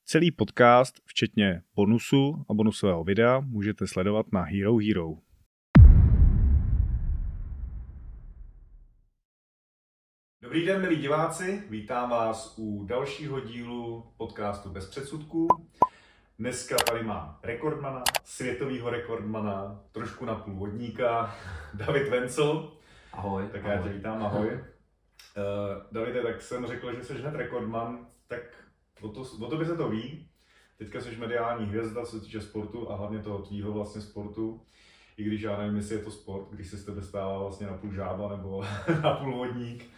Celý podcast, včetně bonusu a bonusového videa, můžete sledovat na Hero Hero. Dobrý den, milí diváci, vítám vás u dalšího dílu podcastu Bez předsudků. Dneska tady mám rekordmana, světovýho rekordmana, trošku na půl vodníka, David Vencel. Ahoj. Tak já tě vítám, ahoj. Davide, tak jsem řekl, že jsi hned rekordman, tak o tobě se to ví. Teďka jsi mediální hvězda, co se týče sportu a hlavně toho tvýho vlastně sportu. I když já nevím, jestli je to sport, když se z tebe stává vlastně na půl žába nebo na půl vodník.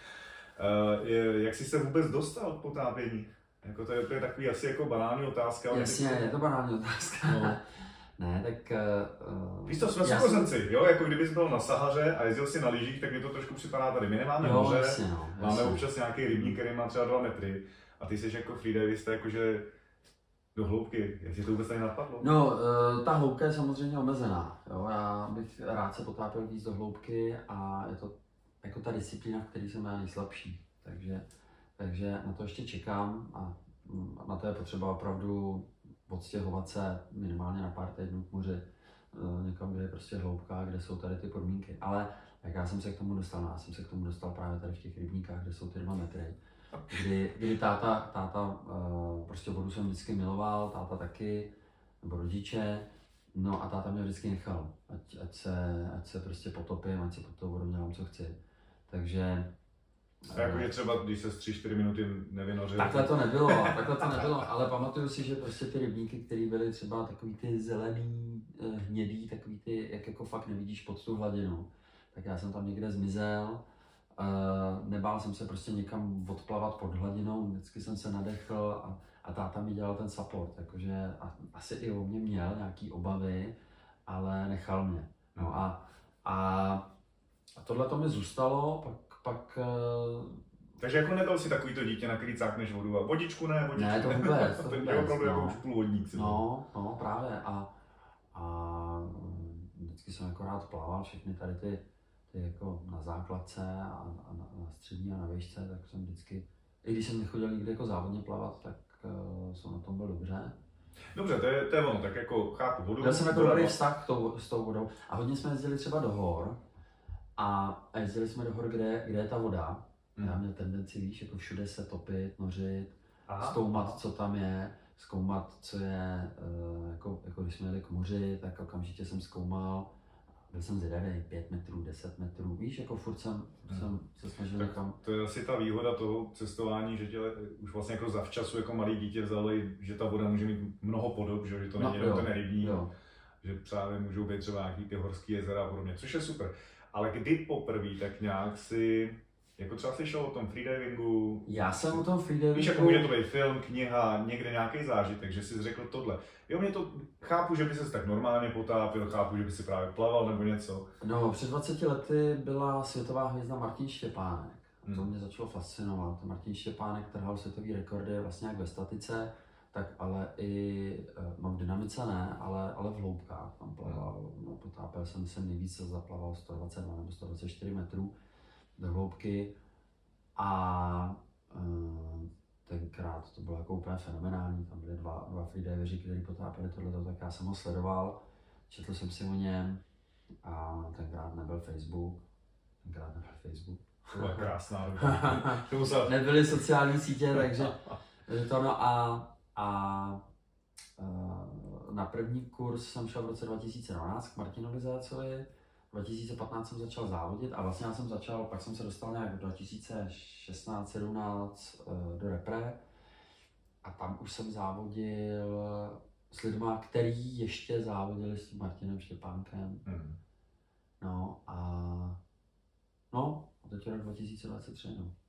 Jak jsi se vůbec dostal k potápění? Jako to je takový asi jako banální otázka. Jasně, je to banální otázka. No. Ne, tak... Víš to, jsme sourozenci, jo? Jako kdybys byl na Sahaře a jezdil si na lyžích, tak mi to trošku připadá tady. My nemáme moře, jasně. Máme občas nějaký rybník, který má třeba 2 metry. A ty jsi jako freedivista, jakože do hloubky. Jak ti to vůbec tady napadlo? No, ta hloubka je samozřejmě omezená. Jo? Já bych rád se potápěl víc do hloubky a je to jako ta disciplína, v které jsem já nejslabší. Takže na to ještě čekám a na to je potřeba opravdu odstěhovat se minimálně na pár týdnů k moři. Někam, kde je prostě hloubka, kde jsou tady ty podmínky. Ale jak já jsem se k tomu dostal, já jsem se k tomu dostal právě tady v těch rybníkách, kde jsou ty 2 metry. Kdy táta prostě vodu jsem vždycky miloval, táta taky, nebo rodiče, no a táta mě vždycky nechal, ať se prostě potopím, ať se pod tou vodou dělám, co chci. Takže... A jako je třeba, když se 3-4 minuty nevynořil? Takhle to nebylo, ale pamatuju si, že prostě ty rybníky, které byly třeba takový ty zelený, hnědý, takový ty, jak jako fakt nevidíš pod tu hladinu, tak já jsem tam někde zmizel. Nebál jsem se prostě někam odplavat pod hladinou, vždycky jsem se nadechl a táta mi dělal ten support, jakože asi i o mě měl nějaký obavy, ale nechal mě. No a tohle to mi zůstalo, pak Takže jako nebyl si takovýto dítě, na který cákneš vodu a vodičku ne, vodičku ne. To vůbec. To je opravdu jako už půlvodník. No, právě a vždycky jsem jako rád plaval všechny tady ty jako na základce a na střední a na výšce, tak jsem vždycky, i když jsem nechodil nikdy jako závodně plavat, tak jsem na tom byl dobře. Dobře, to je ono, tak jako chápu vodu. Já jsem jako dobrý vztah s tou vodou a hodně jsme jezdili třeba do hor a jezdili jsme do hor, kde je ta voda. Já měl tendenci, víš, jako všude se topit, nořit, zkoumat, co tam je, zkoumat, co je, jako když jsme jeli k moři, tak okamžitě jsem zkoumal. Byl jsem zvědavý, 5 metrů, 10 metrů, víš, jako furt jsem se snažil někam. To je asi ta výhoda toho cestování, že tě už vlastně jako zavčasu jako malý dítě vzali, že ta voda může mít mnoho podob, že to není jenom ten rybník, že právě můžou být třeba nějaký ty horský jezera a podobně, což je super. Ale kdy poprvé tak nějak si, jako třeba slyšel o tom freedivingu? Já jsem o tom freedivingu... Víš, jako může to být film, kniha, někde nějaký zážitek, že jsi řekl tohle. Jo, mě to, chápu, že by ses tak normálně potápil, chápu, že by si právě plaval nebo něco. No, před 20 lety byla světová hvězda Martin Štěpánek. To mě začalo fascinovat. Martin Štěpánek trhal světový rekordy vlastně jak ve statice, tak ale i, v dynamice ne, ale v hloubkách tam plaval. No, potápil jsem nejvíc, zaplaval 122 nebo 124 metrů do hloubky a tenkrát to bylo jako úplně fenomenální, tam byly dva freediveri, kteří potápěli tohleto, tak já jsem ho sledoval, četl jsem si o něm a tenkrát nebyl Facebook. To byla krásná doba. Nebyly sociální sítě, takže to no a na první kurz jsem šel v roce 2012 k Martinovi Zajacovi. V 2015 jsem začal závodit a vlastně pak jsem se dostal nějak v 2016-17 do repre a tam už jsem závodil s lidma, který ještě závodili s tím Martinem Štěpánkem. No a teď je rok 2023.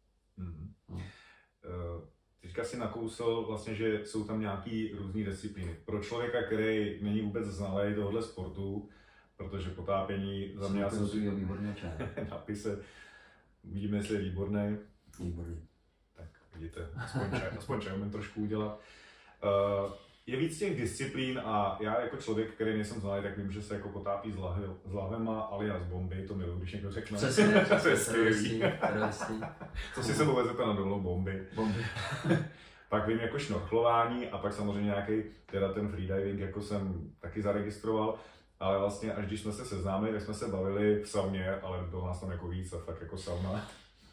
Teďka si nakousl vlastně, že jsou tam nějaký různý disciplíny. Pro člověka, který není vůbec znalý tohohle sportu, protože potápění za mě jsem si výborně napise, uvidíme, jestli je výborný. Výborný. Tak vidíte, aspoň čaj umím trošku udělat. Je víc těch disciplín a já jako člověk, který nejsem znalý, tak vím, že se jako potápí s lahvema alias bomby, to miluji, když někdo řekne. Přesně, to je skvělý. teroristi. Co si sebou vezete na dolů bomby. Pak vím jako šnorchlování a pak samozřejmě nějaký, teda ten freediving jako jsem taky zaregistroval, ale vlastně až když jsme se seznámili, tak jsme se bavili v sauně, ale bylo nás tam jako víc a fakt jako sauna.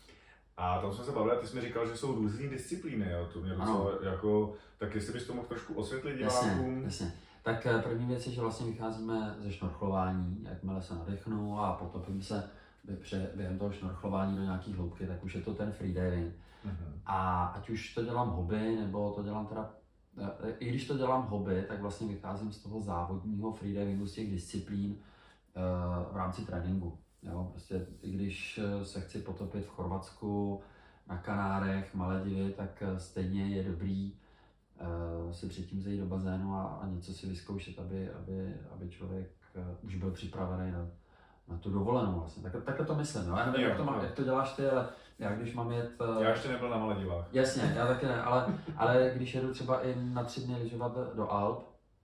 A tam jsme se bavili a ty jsi mi říkal, že jsou různé disciplíny, jo? To mě docela jako, tak jestli bys to mohl trošku osvětlit divákům. Jasně. Tak první věc je, že vlastně vycházíme ze šnorchlování, jakmile se nadechnu a potopím se během toho šnorchlování do nějaký hloubky, tak už je to ten freediving. A ať už to dělám hobby, nebo to dělám teda, i když to dělám hobby, tak vlastně vycházím z toho závodního freedivingu, z těch disciplín v rámci tréninku. Jo, prostě i když se chci potopit v Chorvatsku, na Kanárech, Maledivy, tak stejně je dobrý si předtím zajít do bazénu a něco si vyzkoušet, aby člověk už byl připravený na tu dovolenou vlastně. Tak to myslím, no. Já nevím, jak to děláš ty, ale já když mám jet... Já ještě nebyl na Maledivách. Jasně, já taky ne, ale když jedu třeba i na 3 dny lyžovat do Alp,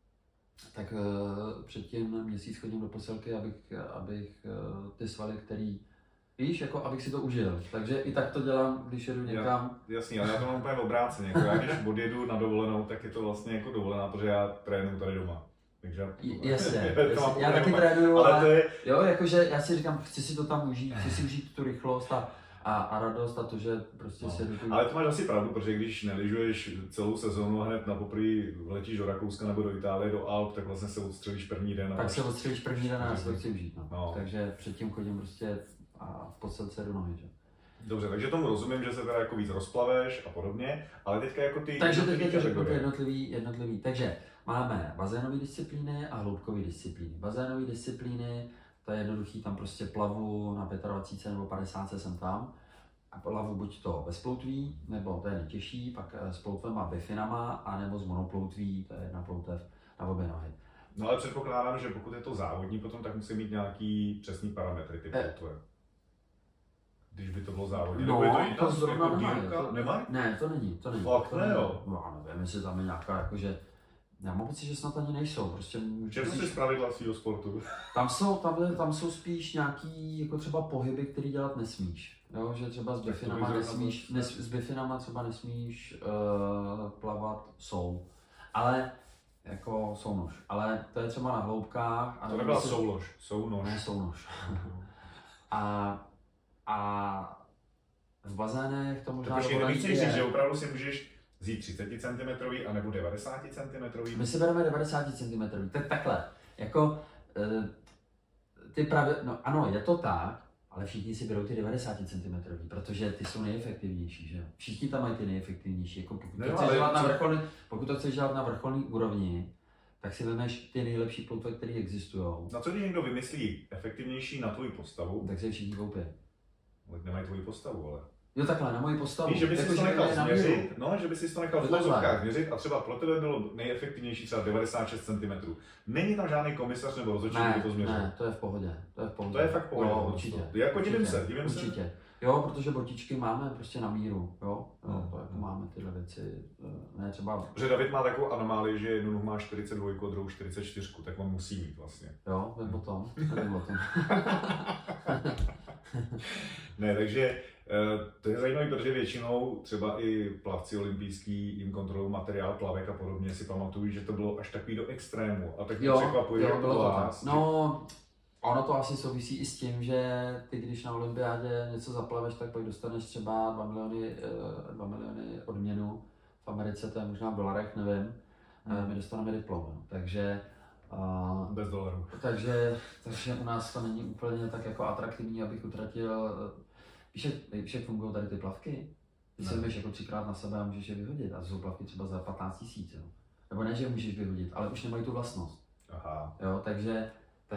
tak předtím měsíc chodím do posilky, abych ty svaly, který víš, jako abych si to užil. Takže i tak to dělám, když jedu někam. Jasně, ale já to mám úplně obráceně. Jako já když odjedu na dovolenou, tak je to vlastně jako dovolená, protože já trénuju tady doma. Takže jasně. Já taky trénuju, ale to je... jo, jakože já si říkám, chci si to tam užít, chci si užít tu rychlost a radost a to, že prostě si jedu tu... Ale to máš asi pravdu, protože když nelyžuješ celou sezónu a hned na poprvé letíš do Rakouska nebo do Itálie, do Alp, tak vlastně se odstřelíš první den. Tak se odstřelíš první den a já si to chci užít. No. Takže předtím chodím prostě a v podstatě do nohy, že? Dobře, takže tomu rozumím, že se teda jako víc rozplaveš a podobně, ale teďka jako ty... Takže teďka to řeknu jednotlivý. Takže máme bazénové disciplíny a hloubkové disciplíny. Bazénové disciplíny, to je jednoduchý, tam prostě plavu na 25 nebo 50 jsem tam. A plavu buď to bez ploutví, nebo to je nejtěžší, pak s ploutvem a bifinama, anebo s monoploutví, to je jedna ploutev na obě nohy. No ale předpokládám, že pokud je to závodní potom, tak musí mít nějaký přesný parametry ty ploutve. Když by to bylo závodní. No, to zrovna nemají. Ne, to není. Fakt ne, jo. No, nevím, jestli tam je nějaká, jakože... Já mám pocit, že snad ani nejsou, prostě... Čem jsi pravidla svýho sportu? Tam jsou spíš nějaký, jako třeba pohyby, který dělat nesmíš. Jo, že třeba s bifinama třeba nesmíš plavat ale jako sounož. Ale to je třeba na hloubkách. To nebyla soulož, sounož. Ne, sounož. a v bazénech to možná dovolený je. Že opravdu si můžeš vzít 30 cm a nebo 90 cm? My si bereme 90 cm. Tak takhle, jako no ano, je to tak, ale všichni si berou ty 90 cm, protože ty jsou nejefektivnější, že jo? Všichni tam mají ty nejefektivnější, jako pokud to chceš dělat na vrcholné úrovni, tak si vemeš ty nejlepší ploutve, které existují. Na co když někdo vymyslí efektivnější na tvoji postavu? Tak se všichni koupí. Nemají tvoji postavu, ale... Jo, takhle, na moji postavu. Víš, že by si to nechal změřit, že by si to nechal v vozovkách změřit a třeba pro tebe bylo nejefektivnější třeba 96 cm. Není tam žádný komisař nebo rozhodčí, který to změřil. Ne, to je v pohodě. To je fakt v pohodě. Jo, určitě. Jako divím se. Určitě. Jo, protože botičky máme prostě na míru, jo. To jako máme tyhle věci, ne třeba... Protože David má takovou anomálii, že jednu nohu má 42, druhou 44, tak on musí mít vlastně. Jo, vím o tom. Ne, takže to je zajímavé, protože většinou třeba i plavci olympijský jim kontrolují materiál plavek a podobně, si pamatuju, že to bylo až takový do extrému. A tak mě překvapuje, jak to vás. No, ono to asi souvisí i s tím, že ty, když na olympiádě něco zaplaveš, tak pak dostaneš třeba 2 miliony odměnu. V Americe to je možná v dolarech, nevím. My dostaneme diplom, takže... Bez dolarů. Takže u nás to není úplně tak jako atraktivní, abych utratil... Víš, jak fungují tady ty plavky? Ty se jdeš jako 3krát na sebe a můžeš je vyhodit. A jsou plavky třeba za 15 000. Nebo ne, že je můžeš vyhodit, ale už nemají tu vlastnost. Aha. Jo, takže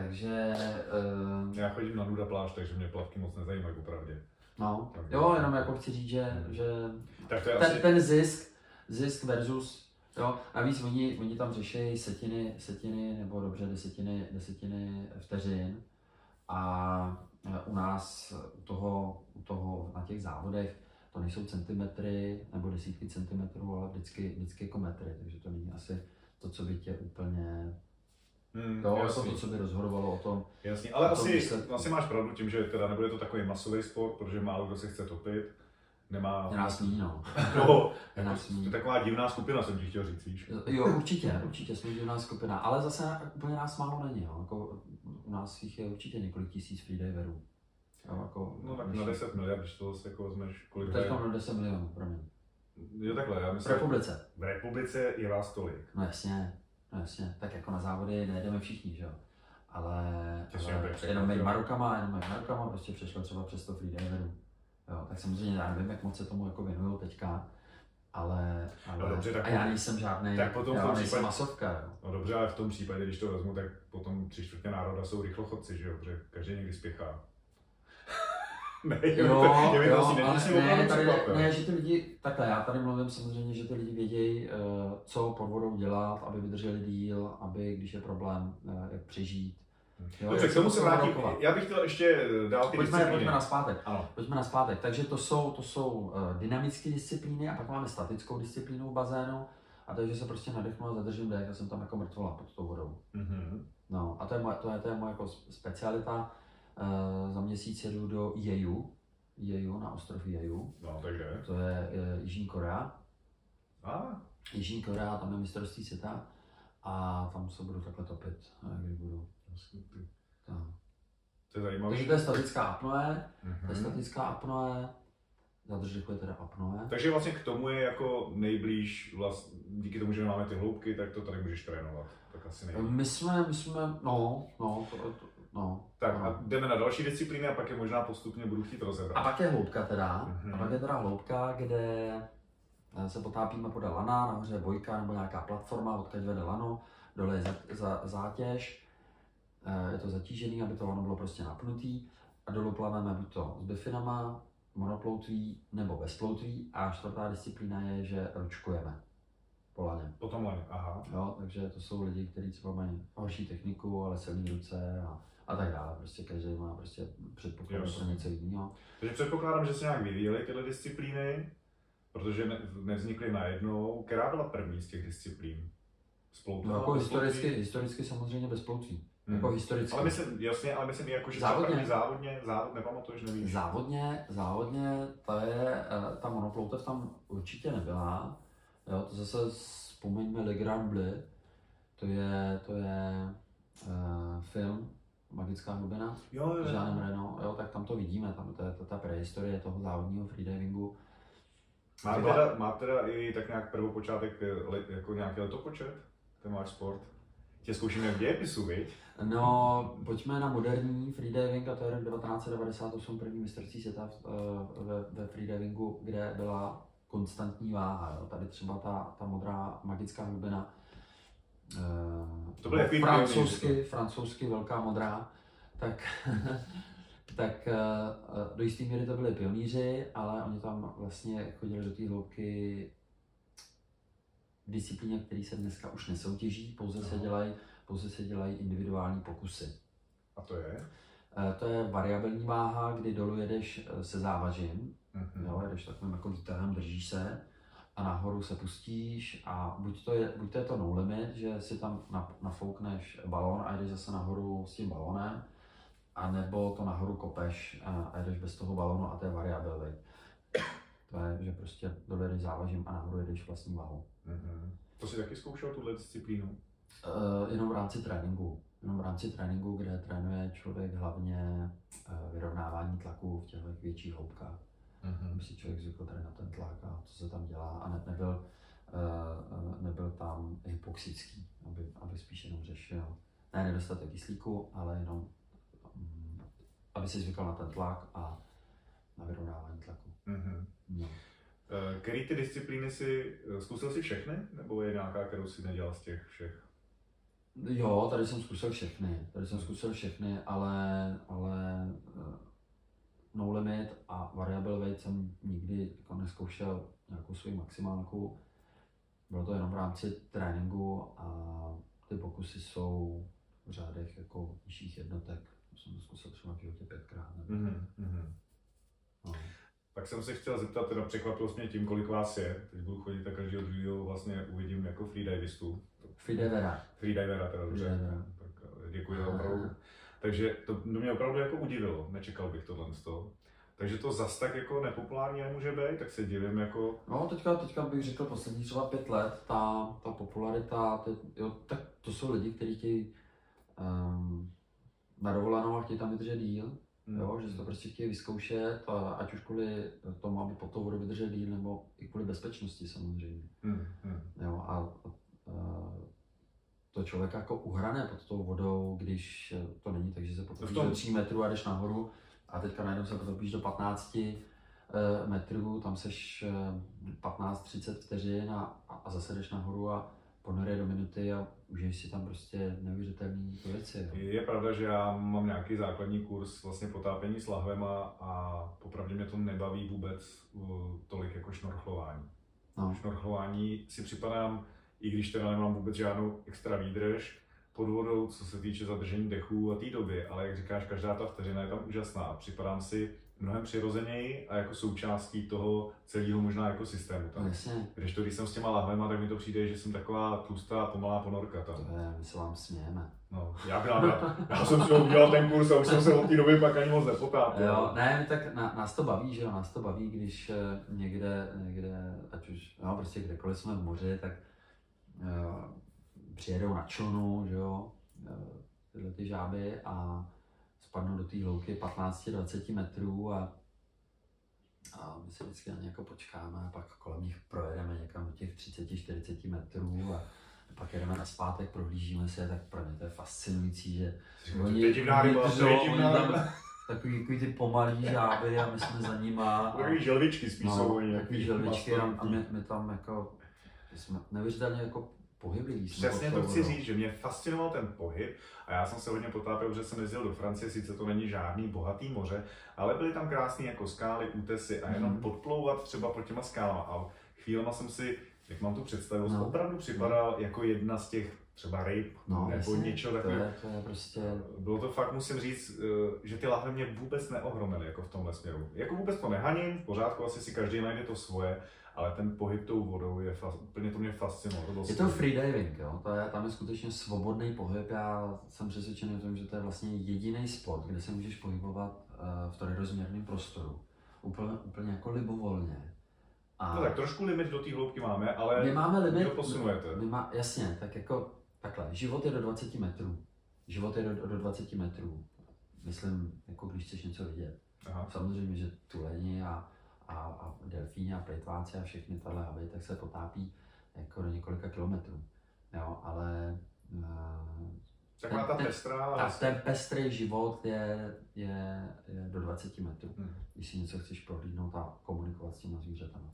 já chodím na nuda pláž, takže mě plavky moc nezajímají, popravdě. No, jo, jenom jako chci říct, že tak to je ten zisk versus, jo, navíc oni tam řeší setiny nebo dobře desetiny vteřin a u nás u toho na těch závodech to nejsou centimetry nebo desítky centimetrů, ale vždycky jako metry, takže to není asi to, co by tě úplně to, co by rozhodovalo o tom. Jasně, ale asi máš pravdu tím, že teda nebude to takový masový sport, protože málo kdo se chce topit. nemá... Je nás míň, no. No, Je nás míň. to je taková divná skupina, jsem ti chtěl říct, víš. Jo, určitě jsme divná skupina, ale zase úplně nás málo není, jo. Jako, u nás jich je určitě několik tisíc freediverů. Jo, jako, No tak na 10 miliard, když to zase jako vezmeš, kolik teď mám 10 milionů, promiň. Jo takhle, já V myslím, republice. v republice je vás tolik. No jasně, tak jako na závody nejdeme všichni, že jo. Ale jenom mými Marokama prostě přešlo třeba přes 100 freediverů. Jo, tak samozřejmě já nevím, jak moc se tomu jako věnuju teďka, ale no dobře, tak a já nejsem žádnej, tak potom já nejsem případě, masovka, jo. No dobře, ale v tom případě, když to vezmu, tak potom 3/4 národa jsou rychlochodci, že jo, protože každý někdy spěchá. Ne, že ty lidi, takhle, já tady mluvím samozřejmě, že ty lidi vědějí, co pod vodou dělat, aby vydrželi díl, aby, když je problém, jak přežít. Jo, dobře, k tomu se vrátím. Já bych chtěl ještě dál ty disciplíny. Pojďme na zpátek. Takže to jsou dynamické disciplíny a pak máme statickou disciplínu v bazénu. A takže se prostě nadechnu a zadržím dech a jsem tam jako mrtvola pod tou vodou. Mm-hmm. No a to je moje jako specialita. Za měsíc jedu do Jeju, na ostrov Jeju. No, tak kde? To je Jižní Korea. Ah. Jižní Korea, tam je mistrovství světa a tam se budu takhle topit, když budu. To je zajímavé. Takže to je statická apnoe, zadrž dechu teda apnoe. Takže vlastně k tomu je jako nejblíž, díky tomu, že máme ty hloubky, tak to tady můžeš trénovat. Tak asi nejblíž. My jsme, Tak a jdeme na další disciplíny a pak je možná postupně budu chtít rozebrat. A pak je hloubka teda, a pak je teda hloubka, kde se potápíme podél lana, nahoře je bojka nebo nějaká platforma, odkud vede lano, dole je zátěž, je to zatížený, aby to lano bylo prostě napnutý a dolů plaveme buď to s bifinama, monoploutví nebo bez ploutví a čtvrtá disciplína je, že ručkujeme po laně. Po tom laně, aha. Jo, takže to jsou lidi, kteří třeba mají horší techniku, ale silné ruce a tak dále. Prostě každý má prostě předpoklad pro něco jiného. Takže předpokládám, že se nějak vyvíjely tyhle disciplíny, protože nevznikly najednou. Která byla první z těch disciplín? No, jako historicky samozřejmě bez ploutví. Jako historicky. Ale myslím i jako, že závodně, nepamatuješ, nevíš? Závodně, ta monoploutev tam určitě nebyla. Jo, to zase vzpomeňme Le Grand Bleu, to je film Magická hlubina s Jeanem Reno, jo, tak tam to vidíme, tam to je ta prehistorie toho závodního freedivingu. Má teda i tak nějak prvopočátek jako nějaký letopočet, ten váš sport? Tě zkouším jak dějepisu, viď? No, pojďme na moderní freediving a to je rok 1998, první mistrovství světa ve freedivingu, kde byla konstantní váha. Jo. Tady třeba ta modrá magická hlubina, to bylo francouzsky velká modrá, tak do jisté míry to byli pionýři, ale oni tam vlastně chodili do té hloubky v disciplíně, které se dneska už nesoutěží, pouze se dělají individuální pokusy. A to je? To je variabilní váha, kdy dolů jedeš se závažím, jo, jedeš takovým jako výtahem, držíš se a nahoru se pustíš a buď to je to no limit, že si tam nafoukneš balón a jdeš zase nahoru s tím balónem, a nebo to nahoru kopeš a jdeš bez toho balónu a to je variabil weight. To je, že prostě dolů jedeš závažím a nahoru jedeš vlastní váhou. To jsi taky zkoušel tuhle disciplínu? Jenom v rámci tréninku, kde trénuje člověk hlavně vyrovnávání tlaku v těch větších hloubkách. Aby si člověk zvykl tady na ten tlak a co se tam dělá a nebyl tam hypoxický, aby spíš jenom řešil ne nedostatek kyslíku, ale jenom aby si zvykl na ten tlak a na vyrovnávání tlaku. No. Který ty disciplíny zkusil si všechny, nebo je nějaká, kterou si nedělal z těch všech? Jo, tady jsem zkusil všechny, ale no limit a variable weight jsem nikdy jako neskoušel nějakou svou maximálku. Bylo to jenom v rámci tréninku a ty pokusy jsou v řádech jako nižších jednotek. Jsem to zkusil třeba v životě 5krát. No. Tak jsem se chtěl zeptat, teda překvapil jsi mě tím, kolik vás je. Teď budu chodit a každého druhého vlastně uvidím jako freedivistu. Freedivera teda, dobře. Tak děkuji za opravdu. Takže to mě opravdu jako udivilo, nečekal bych tohle z toho. Takže to zas tak jako nepopulární nemůže být, tak se divím jako... No, teďka bych řekl poslední třeba 5 let, ta popularita, jo, tak to jsou lidi, kteří chtějí na dovolenou a chtějí tam vydržet díl, jo, že si to prostě chtějí vyzkoušet, ať už kvůli tomu, aby pod tou vodou vydržet díl, nebo i kvůli bezpečnosti samozřejmě. Jo, a to člověk jako uhrane pod tou vodou, když to není tak, že se potopíš do 3 metrů a jdeš nahoru a teďka najednou se potopíš do 15 metrů, tam seš 15-30 vteřin a zase jdeš nahoru a ponorie do minuty a užiješ si tam prostě neuvěřitelné věci. Jo. Je pravda, že já mám nějaký základní kurz vlastně potápění s lahvema a popravdě mě to nebaví vůbec tolik jako šnorchlování. No. Šnorchlování si připadám, i když teda nemám vůbec žádnou extra výdrž pod vodou, co se týče zadržení dechu a té doby, ale jak říkáš, každá ta vteřina je tam úžasná a připadám si mnohem přirozeněji a jako součástí toho celého možná ekosystému tam. Jasně. Když jsem s těma lahvema, tak mi to přijde, že jsem taková tlustá, pomalá ponorka tam. To je, my se vám smějeme. No, já jsem si udělal ten kurz a už jsem se od té doby pak ani moc nepotápil. Jo, ne, tak nás to baví, že jo, nás to baví, když někde, ať už, no, prostě kdekoliv jsme v moři, tak přijedou na člunu, že jo, tyhle ty žáby a spadnou do té hloubky 15-20 metrů a my se vždycky na ně jako počkáme a pak kolem nich projedeme někam do těch 30-40 metrů a pak jedeme nazpátek, prohlížíme se, tak pro mě to je fascinující, že oni takový ty pomalý žáby a my jsme za nima. Takový želvičky spíš jsou oni. Takový želvičky a my tam jako, jsme neuvěřitelně jako pohybliví. Přesně to chci říct, že mě fascinoval ten pohyb a já jsem se hodně potápěl, že jsem jezdil do Francie, sice to není žádný bohatý moře, ale byly tam krásné jako skály, útesy a jenom podplouvat třeba pod těma skálama a chvílema jsem si, jak mám tu představu, opravdu připadal jako jedna z těch třeba ryb nebo jasně, něčeho takového. To je prostě... Bylo to fakt, musím říct, že ty lahve mě vůbec neohromily jako v tomhle směru. Jako vůbec to nehaním, v pořádku, asi si každý najde to svoje, ale ten pohyb tou vodou je úplně to mě fascinovalo. Je to freediving, jo? Tam je skutečně svobodný pohyb. Já jsem přesvědčený o tom, že to je vlastně jediný sport, kde se můžeš pohybovat v trojrozměrném prostoru. Úplně jako libovolně. No tak trošku limit do té hloubky máme, ale my máme limit, to posunujete. Jasně, tak jako takhle. Život je do 20 metrů. Život je do 20 metrů. Myslím, jako když chceš něco vidět. Aha. Samozřejmě, že tuleni a delfíni a plejtváci a všechny tahle havy, tak se potápí jako do několika kilometrů. Jo, ale ten pestrý život je do 20 metrů, když si něco chceš prohlídnout a komunikovat s těma zvířatama.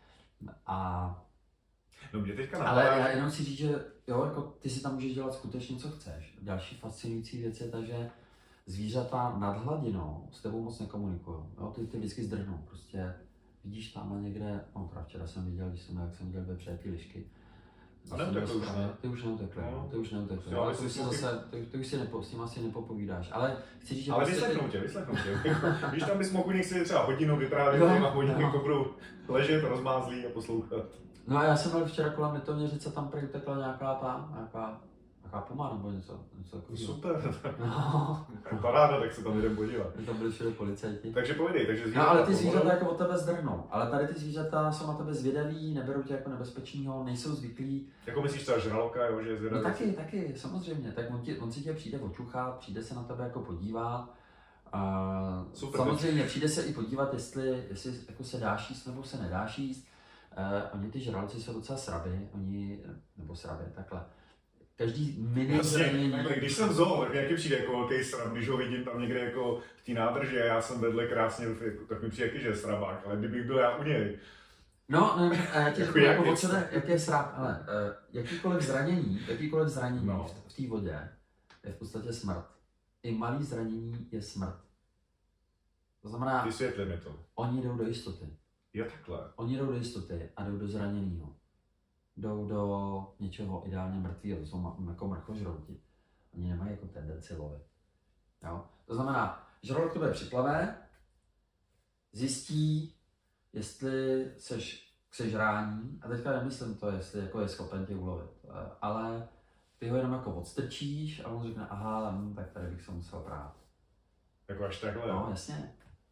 No mě teďka ale já jenom si říct, že jo, jako ty si tam můžeš dělat skutečně, co chceš. Další fascinující věc je ta, že zvířata nad hladinou s tebou moc nekomunikují. Ty vždycky zdrhnou. Prostě vidíš tam někde, no teda včera jsem viděl, jak jsem viděl vepře ty lišky. A neutekly už, ne? Ty už neutekly, ty už neutekly. Ale ty už si s tím asi nepopovídáš. Ale chci říct, že... Ale vyslechnou tě. Když tam bys mohl někdy třeba hodinu vyprávět a hodinu jako budou ležet, rozmázlí a poslouchat. No a já jsem byl včera kolem Litoměřice, tam prý utekla nějaká puma nebo něco takového. Super, paráda, tak se tam jdem podívat. Tam byli všude policajti. Takže pojdej, takže zvířata. No ale ty zvířata jako od tebe zdrhnou, ale tady ty zvířata jsou na tebe zvědaví, neberou tě jako nebezpečného, nejsou zvyklí. Jako myslíš třeba žraloka, jo, že je zvědavý? No taky, samozřejmě, tak on si tě přijde očuchat, přijde se na tebe jako podívat. Super, samozřejmě přijde se i podívat, jestli jako se dáš jíst nebo se nedáš jíst. Oni ty žraloci jsou docela sraby, takhle. Každý mini zranění. Když jsem zoo, tak nějaký přijde jako velký srab, když ho vidím tam někde jako v té nádrži a já jsem vedle krásně, tak mi přijde že je srabák, ale kdybych byl já u něj. No, já ti řeknu jako od sebe, jak je srab, ale jakýkoliv zranění v té vodě je v podstatě smrt. I malý zranění je smrt. To znamená, vysvětli mi to. Oni jdou do jistoty. Jo, takhle. Oni jdou do jistoty a jdou do zraněného. Jdou do něčeho ideálně mrtvého, to jsou jako mrchožrouti. Oni nemají jako tendenci lovit. Jo? To znamená, žralok to bude připlave, zjistí, jestli seš k sežrání, a teďka nemyslím to, jestli jako je schopen tě ulovit, ale ty ho jenom jako odstrčíš a on řekne, aha, tak tady bych se musel prát. Jako až takhle? No, jasně.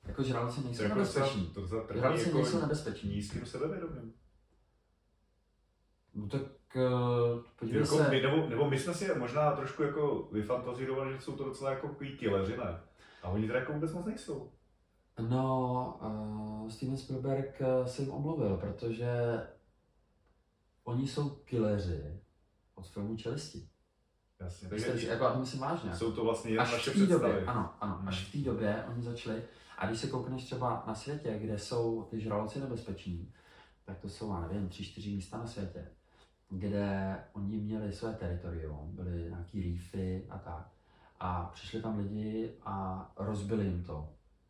Jako žraloci nejsou jako nebezpeční. Žraloci jako nejsou nebezpeční. nízkým sebevědomím. No tak podívej Jako se. nebo my jsme si možná trošku jako vyfantazírovali, že jsou to docela jako killeři, ne? A oni teda jako vůbec moc nejsou. No, Steven Spielberg se jim omluvil, protože oni jsou killeři od filmu Čelisti. Jasně, Takže jako, a to myslím vážně. Jsou to vlastně jen až naše v té době, představy. ano, až v té době oni začali. A když se koukneš třeba na světě, kde jsou ty žraloci nebezpeční, tak to jsou, já nevím, 3-4 místa na světě, kde oni měli své teritorium, byly nějaký reefy a tak. A přišli tam lidi a rozbili jim to.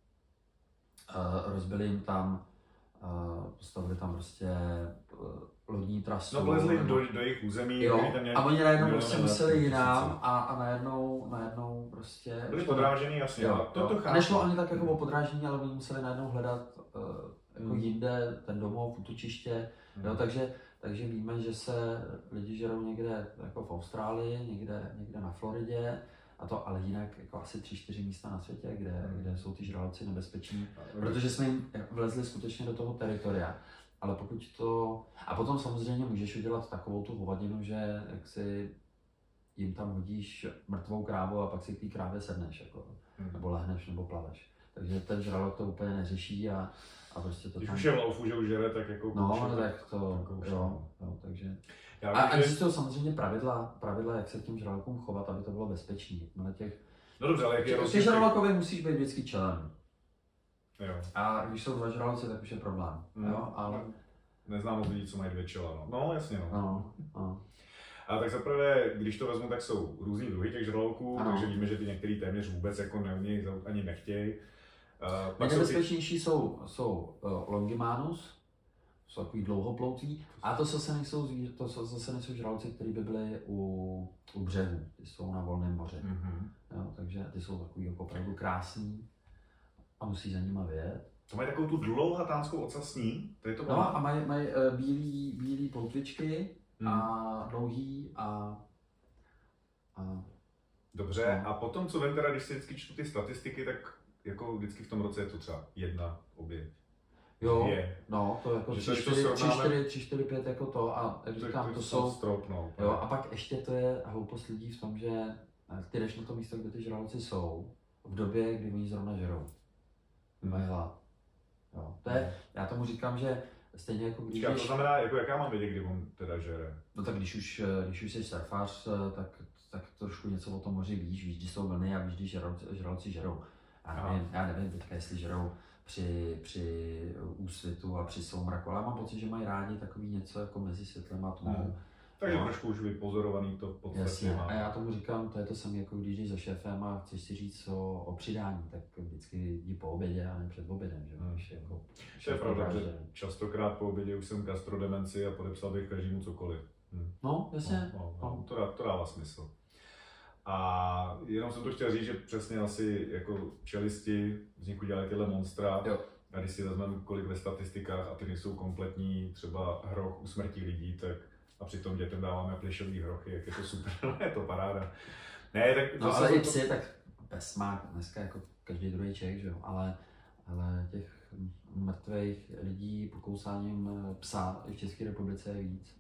Rozbili jim tam, postavili tam prostě lodní trasu. No, vlezli do jejich území, jo, tam měli, a oni najednou prostě museli jinam a najednou prostě... byli podrážení, jasně. Jo, to a nešlo ani tak jako o podrážení, ale oni museli najednou hledat jako jinde ten domov, útočiště, jo, takže víme, že se lidi žerou někde jako v Austrálii, někde na Floridě, a to ale jinak jako asi 3-4 místa na světě, kde jsou ty žraloci nebezpeční, protože jsme jim vlezli skutečně do toho teritoria. Ale pokud to... A potom samozřejmě můžeš udělat takovou tu hovadinu, že jak si jim tam hodíš mrtvou krávu a pak si k té krávě sedneš, jako, nebo lehneš, nebo plaveš. Takže ten žralok to úplně neřeší a prostě to když tam... už je v laufu, že už žere, tak jako... No, tak to, jo, takže... A existují samozřejmě pravidla, jak se k těm žralokům chovat, aby to bylo bezpečné. No dobře, ale jak je rozdíl? Žralokovi musíš být vždycky čelem. Jo. A když jsou dva žraloci, tak už je problém. Jo, ale... Neznám moc lidí, co mají 2 čela, no. No, jasně, no. No. A tak zaprvé, když to vezmu, tak jsou různý druhy těch žraloků, takže víme, že ty některý téměř vůbec jako neumějí, ani nechtějí. Nejnebezpečnější jsou Longimanus, jsou takový dlouhoploutví, a to zase nejsou žraloci, které by byly u břehu, ty jsou na volném moři. Jo, takže ty jsou takový jako opravdu krásný a musí za nima vyjet. To mají takovou tu dlouhatánskou ocasní, to je to. No a mají bílý ploutvičky a dlouhý a dobře, no. A potom co vem teda, když si vždycky čtu ty statistiky, tak jako vždycky v tom roce je to třeba 1 oběť. Jo, no, to jako 3, 4, 5 jako to a jak říkám, to jsou strop, no. Jo, a pak ještě to je hloupost lidí v tom, že ty jdeš na to místo, kde ty žraloci jsou, v době, kdy oni zrovna žerou. Mají hlad. Jo, to je, já tomu říkám, že stejně jako když... To znamená, jako jak já mám vědět, kdy on teda žere? No tak když už jsi surfař, tak trošku něco o tom moři víš, když jsou vlny a víš, když žraloci žerou. Já nevím teďka, jestli žerou při úsvitu a při soumraku, ale mám pocit, že mají rádi takový něco jako mezi světlem a tmou. Takže trošku už vypozorovaný to v podstatě. Jasně, a já tomu říkám, to je to samé, jako když jdeš za šéfem a chceš si říct o přidání, tak vždycky jdi po obědě a ne před obědem, že jako, to je pravda, že častokrát po obědě už jsem gastrodemenci a podepsal bych každému cokoliv. No, jasně. No. To dává smysl. A jenom jsem to chtěl říct, že přesně asi jako Čelisti vzniku dělali tyhle monstra. Jo. A když si vezmeme kolik ve statistikách a ty nejsou kompletní, třeba hroch usmrtí lidí, tak a přitom dětem dáváme plišový hrochy, jak je to super, je to paráda. Ne, tak no ale i psy, tak pes má dneska jako každý druhý Čech, že jo, ale těch mrtvých lidí pokousáním psa i v České republice je víc.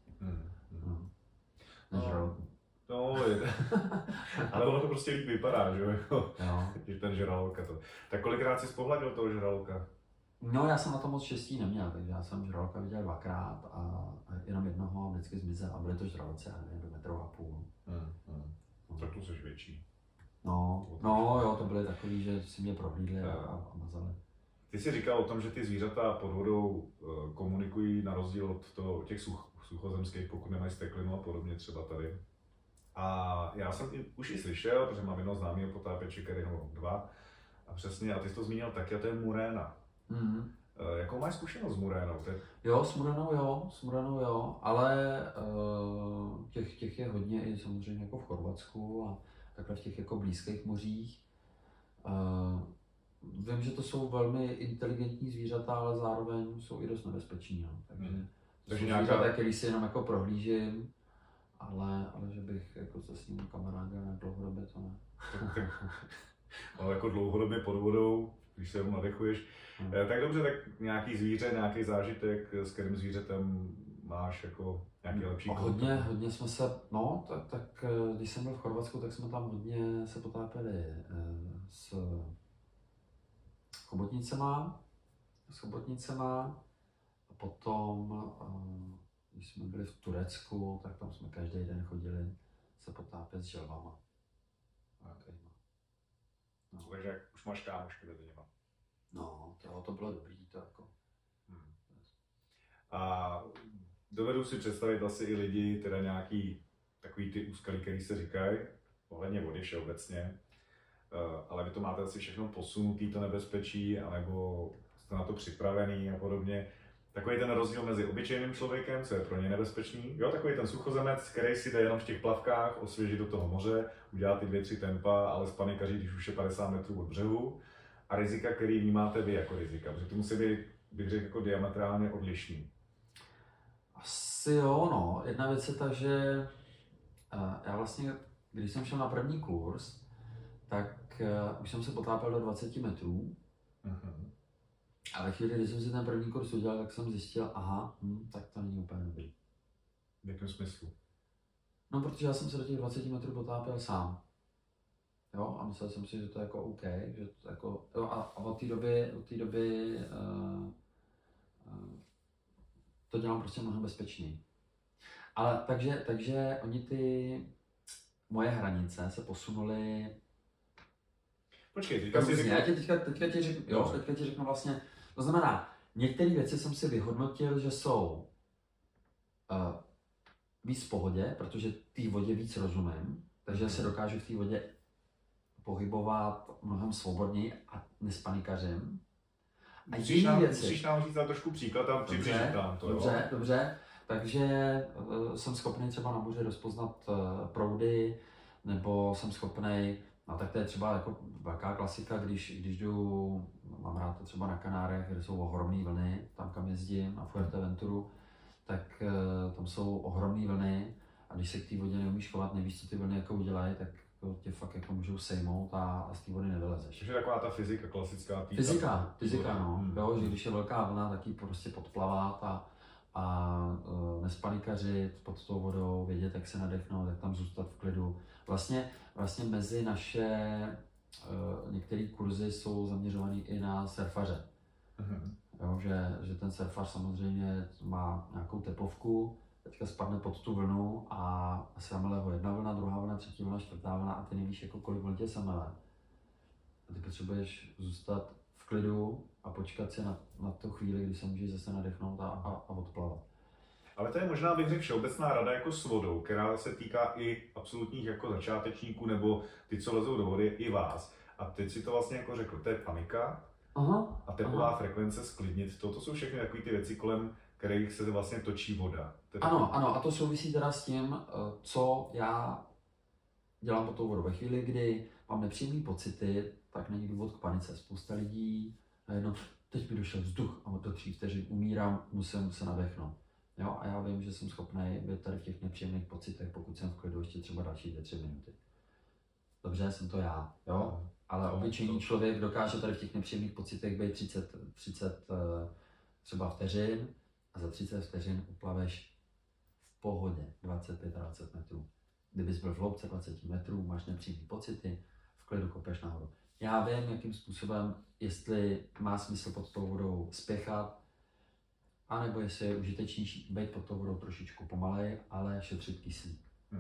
No, ale ono to prostě líp vypadá, že jo, že ten žralok a to. Tak kolikrát jsi pohladil toho žraloka? No, já jsem na to moc štěstí neměl, takže já jsem žraloka viděl 2krát a jenom jednoho vždycky zmizel a byly to žraloci, já nevím, do 1,5 metru. Tak to jsi větší. No, jo, to byly takový, že si mě prohlídli a mazali. Ty jsi říkal o tom, že ty zvířata pod vodou komunikují na rozdíl od těch suchozemských, pokud nemají steklinu a podobně třeba tady. A já jsem už i slyšel, protože mám jednoho známého potápěče, který jenom 2. A přesně, a ty jsi to zmínil taky, a to je muréna. Jakou máš zkušenost s murénou? Jo, s murénou jo, ale těch je hodně i samozřejmě jako v Chorvatsku a takhle v těch jako blízkých mořích. Vím, že to jsou velmi inteligentní zvířata, ale zároveň jsou i dost nebezpeční. No. Takže zvířata, který si jenom jako prohlížím, ale že bych jako se s ním kamarádil na dlouhodobě, to ne. Ale jako dlouhodobě pod vodou, když se jenom nadechuješ. Tak dobře, tak nějaký zvíře, nějaký zážitek, s kterým zvířetem máš jako nějaký lepší kontakt? Hodně jsme se, no, tak když jsem byl v Chorvatsku, tak jsme tam hodně se potápěli s chobotnicema. A potom, když jsme byli v Turecku, tak tam jsme každý den chodili se potápět s želvama. No. Takže jak už máš kámošky mezi nimi. No, to bylo dobrý, to jako. A dovedu si představit asi i lidi, teda nějaký takový ty úskalí, který se říkají, ohledně vody všeobecně, ale vy to máte asi všechno posunutý, to nebezpečí, anebo jste na to připravený a podobně. Takový ten rozdíl mezi obyčejným člověkem, co je pro ně nebezpečný, jo, takový ten suchozemec, který si jde jenom v těch plavkách, osvěžit do toho moře, udělá ty 2-3 tempa, ale spanikaří, když už je 50 metrů od břehu. A rizika, který vnímáte vy jako rizika, protože to musí být, bych řekl, jako diametrálně odlišný. Asi jo, no. Jedna věc je ta, že já vlastně, když jsem šel na první kurz, tak už jsem se potápěl do 20 metrů. A ve chvíli, kdy jsem si ten první kurz udělal, tak jsem zjistil, tak to není úplně dobrý. V jakém smyslu? No, protože já jsem se do těch 20 metrů potápěl sám. Jo, a myslel jsem si, že to je jako OK, že to jako, jo, a od té doby to dělám prostě mnohem bezpečněji. Ale takže oni ty moje hranice se posunuly. Počkej, teďka ti řeknu vlastně, to znamená, některé věci jsem si vyhodnotil, že jsou víc v pohodě, protože té vodě víc rozumím, takže se dokážu v té vodě pohybovat mnohem svobodněji a nespanikařím. A musíš nám říct trošku příklad, tam přibližit nám to. Dobře. Takže jsem schopný třeba na moři rozpoznat proudy, nebo jsem schopný, no tak to je třeba jako velká klasika, když jdu, mám rád to třeba na Kanárech, kde jsou ohromné vlny, tam kam jezdím, na Fuerteventuru, tak tam jsou ohromné vlny a když se k té vodě neumíš chovat, nevíš, co ty vlny jako udělají, tak tě fakt jako můžou sejmout a z té vody nevylezeš. Takže taková ta fyzika klasická. Fyzika, no. Jo, že když je velká vlna, tak ji prostě podplavat a nespanikařit pod tou vodou, vědět, jak se nadechnout, jak tam zůstat v klidu. Vlastně mezi naše některé kurzy jsou zaměřované i na surfaře. Jo, že ten surfař samozřejmě má nějakou tepovku, teďka spadne pod tu vlnu a semele ho jedna vlna, druhá vlna, třetí vlna, čtvrtá vlna a ty nevíš, jako kolik vln tě semele. A ty potřebuješ zůstat v klidu a počkat si na tu chvíli, kdy se můžeš zase nadechnout a odplavat. Ale to je možná, bych řekl, všeobecná rada jako s vodou, která se týká i absolutních jako začátečníků nebo ty, co lezou do vody, i vás. A teď si to vlastně jako řekl, to je panika a tepová frekvence, sklidnit to. To jsou všechny takové ty věci, kolem kterých se vlastně točí voda. Ano, a to souvisí teda s tím, co já dělám pod tou vodou. Ve chvíli, kdy mám nepříjemné pocity, tak není důvod k panice. Spousta lidí najednou, teď mi došel vzduch a do 3 vteřin umírám, musím se nadechnout. Jo, a já vím, že jsem schopný být tady v těch nepříjemných pocitech, pokud jsem v klidu ještě třeba další 2-3 minuty. Dobře, jsem to já, jo? Ale obyčejný člověk dokáže tady v těch nepříjemných pocitech být 30 třeba vteřin a za 30 vteřin uplaveš v pohodě 25-20 metrů. Kdybys byl v hloubce 20 metrů, máš nepříjemné pocity, v klidu kopeš nahoru. Já vím, jakým způsobem, jestli má smysl pod tou vodou spěchat, anebo jestli je užitečnější být pod tou vodou trošičku pomalej, ale šetřit kyslík.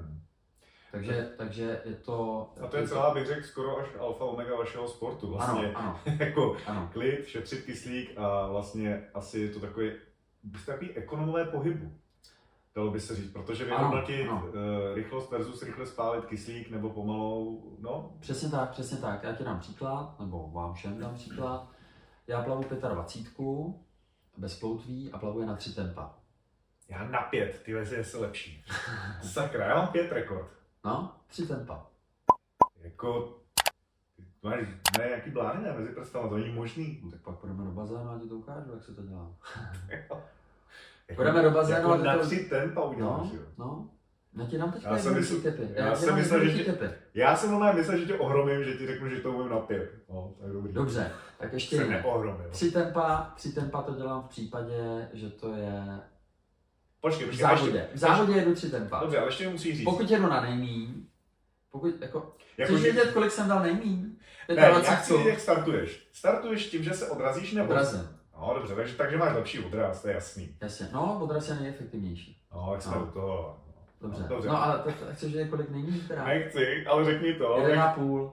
Takže je to... A to je celá, bych řekl, skoro až alfa omega vašeho sportu. Vlastně ano. Jako klid, šetřit kyslík a vlastně asi je to takový ekonomové pohybu. Dalo by se říct, protože vyhodnotit rychlost versus rychle spálit kyslík nebo pomalou, no. Přesně tak. Já ti dám příklad, nebo vám všem dám příklad. Já plavu 25 bez ploutví a plavuje na 3 tempa. Já na 5, ty je se lepší. Sakra, já mám 5 rekord. No, 3 tempa. Jako, máš nějaký blány mezi prstama, to není možný. No, tak pak půjdeme do bazénu a ti to ukážu, jak se to dělá. Jako, Půjdeme do bazénu jako na 3 tempa uděláš, jo? No. Já ti dám teďka Já jsem myslel, že tě ohromím, že ti řeknu, že to umím na 5. No, tak dobrý. Dobře, tak ještě jsem neohromil. 3 tempa to dělám v případě, že to je Počkej, v závodě jedu 3 tempa. Dobře, ale ještě musíš říct. Pokud jedu na nejmíň, chceš vědět, kolik jsem dal nejmíň? Ne, já chci vědět, jak startuješ. Startuješ tím, že se odrazíš nebo? Odrazem. No dobře, takže máš lepší odraz, to je jasný. Jasně, no odraz je nejefektivnější. No, jak jsme u toho. Dobře. No ale chceš vědět, kolik nejmíň teda? Nechci, ale řekni to. 1,5.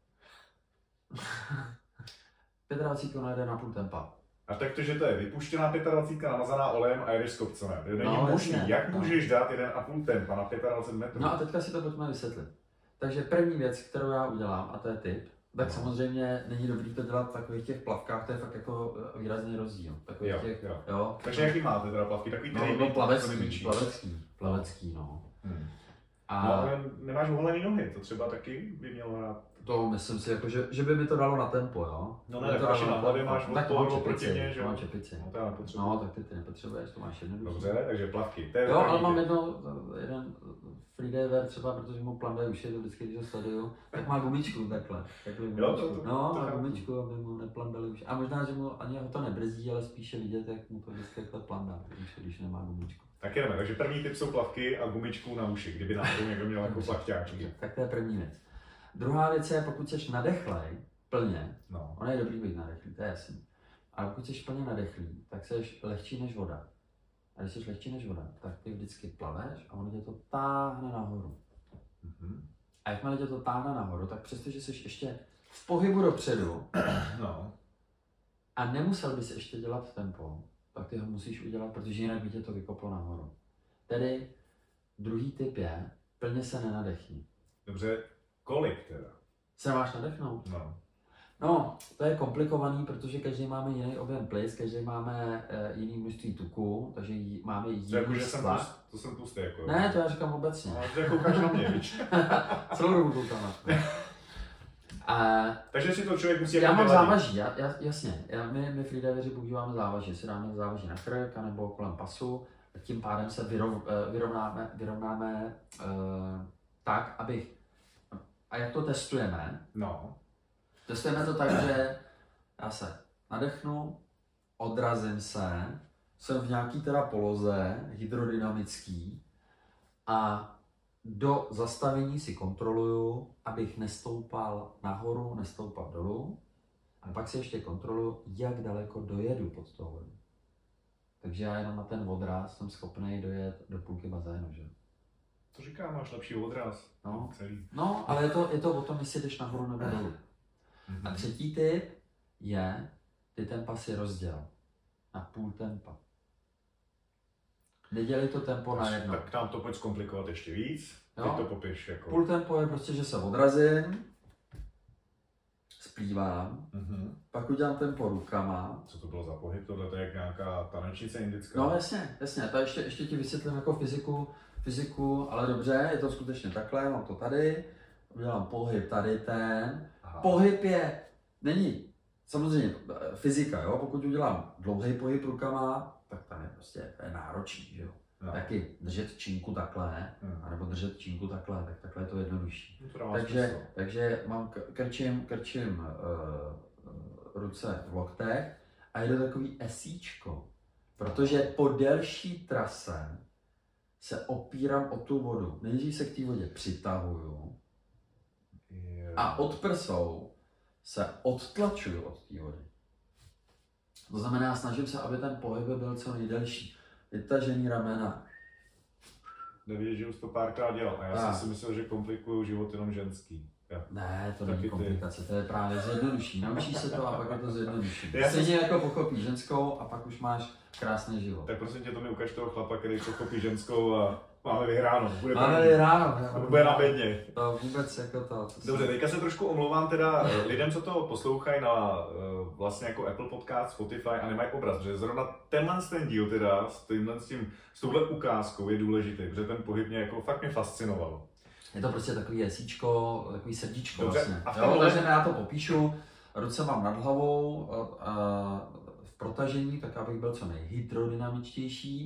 25 na 1,5 tempa. A tak to, že to je vypuštěná 25 namazaná olejem a jedeš s kopconem. Není možný, jak můžeš dát 1,5 tempa na 25 metrů? No a teďka si to pojďme vysvětlit. Takže první věc, kterou já udělám, a to je tip, tak samozřejmě není dobrý to dělat v takových těch plavkách, to je fakt jako výrazný rozdíl. Jo. Takže jaký máte teda plavky? Takový plavecký, no. No ale nemáš uholený nohy, to třeba taky by mělo hrát. To myslím si, jako, že by mi to dalo na tempo, jo? No ne, tak na hlavě máš odporu proti mě, že jo? Mám čepici. No to já nepotřebuji. No tak ty nepotřebuješ, to máš jednoduše. Dobře, takže plavky. Jo, ale mám jeden freediver třeba, protože mu plande už je to vždycky, když ho sleduju, tak má gumičku takhle. Má gumičku, aby mu neplandali už. A možná, že mu ani ho to nebrzdí, ale spíše vidět, jak mu to vždycky takhle plandá, když nemá gumičku. Tak jdeme, takže první tip jsou plavky a gumičku na uši, kdyby náhodou někdo měl jako plachťáčky. Tak to je první věc. Druhá věc je, pokud jsi nadechlej, plně, ono je dobrý být nadechlý, to je jasný. Ale pokud jsi plně nadechlý, tak jsi lehčí než voda. A když jsi lehčí než voda, tak ty vždycky plaveš a ono tě to táhne nahoru. A jakmile tě to táhne nahoru, tak přestože jsi ještě v pohybu dopředu a nemusel bys ještě dělat tempo, tak ty ho musíš udělat, protože jinak by tě to vykoplo nahoru. Tedy druhý tip je, plně se nenadechni. Dobře, kolik teda? Se máš nadechnout? No, to je komplikovaný, protože každý máme jiný objem plic, každý máme jiný množství tuku, takže máme jiný stlak. To jsem tlustý jako. Ne, to já říkám obecně. No, to koukáš na mě, víš? Celou dobu koukám na to. Takže si to člověk musí já mám závaží, jasně. My freediveri používáme závaží, si dáme závaží na krk nebo kolem pasu, a tím pádem se vyrovnáme tak, abych... A jak to testujeme? Testujeme to tak, že já se nadechnu, odrazím se, jsem v nějaký teda poloze hydrodynamický a do zastavení si kontroluju, abych nestoupal nahoru, nestoupal dolů a pak si ještě kontroluju, jak daleko dojedu pod tou vodu. Takže já jenom na ten odraz jsem schopný dojet do půlky bazénu, že? To říkám, máš lepší odraz. Celý. No, ale je to o tom, jestli jdeš nahoru nebo dolů. A třetí tip je, ty tempa si rozděl na půl tempa. Nedělej to tempo na jedno. Tak nám to pojď zkomplikovat ještě víc. Teď to popiš jako... Půl tempo je prostě, že se odrazím, splývám, pak udělám tempo rukama. Co to bylo za pohyb? Tohle to je jak nějaká tanečnice indická? No jasně. To ještě ti vysvětlím jako fyziku, ale dobře, je to skutečně takhle, mám to tady, udělám pohyb tady ten. Pohyb není samozřejmě fyzika, jo? Pokud udělám dlouhý pohyb rukama, tak tam je prostě náročný, že jo? Taky držet činku takhle, anebo držet činku takhle, tak takhle je to jednodušší. Takže mám krčím ruce v loktech a jde takový esíčko, protože po delší trase se opírám o tu vodu. Nejdřív se k té vodě přitahuju a od prsou se odtlačuju od té vody. To znamená, snažím se, aby ten pohyb byl co nejdelší. Vytažený ramena. Nevědět, že už to párkrát dělal. A já jsem si myslel, že komplikuju život jenom ženský. Ne, to není komplikace, to je právě zjednodušší. Naučíš se to a pak je to zjednodušší. Stejně jako pochopíš ženskou a pak už máš krásný život. Tak prosím tě, to mi ukaž toho chlapa, který pochopí ženskou a máme vyhráno. Máme vyhráno. Bude na bedně. To vůbec jako to. Dobře, teďka se trošku omlouvám teda lidem, co to poslouchají na vlastně jako Apple Podcast, Spotify a nemají obraz, protože zrovna ten díl teda s touhle ukázkou je důležitý, protože ten pohyb mě jako fakt mě fascinoval. Je to prostě takový jesíčko, takový srdíčko. Dobře, vlastně. Takže já to popíšu, ruce mám nad hlavou v protažení, tak abych byl co nejhydrodynamičtější.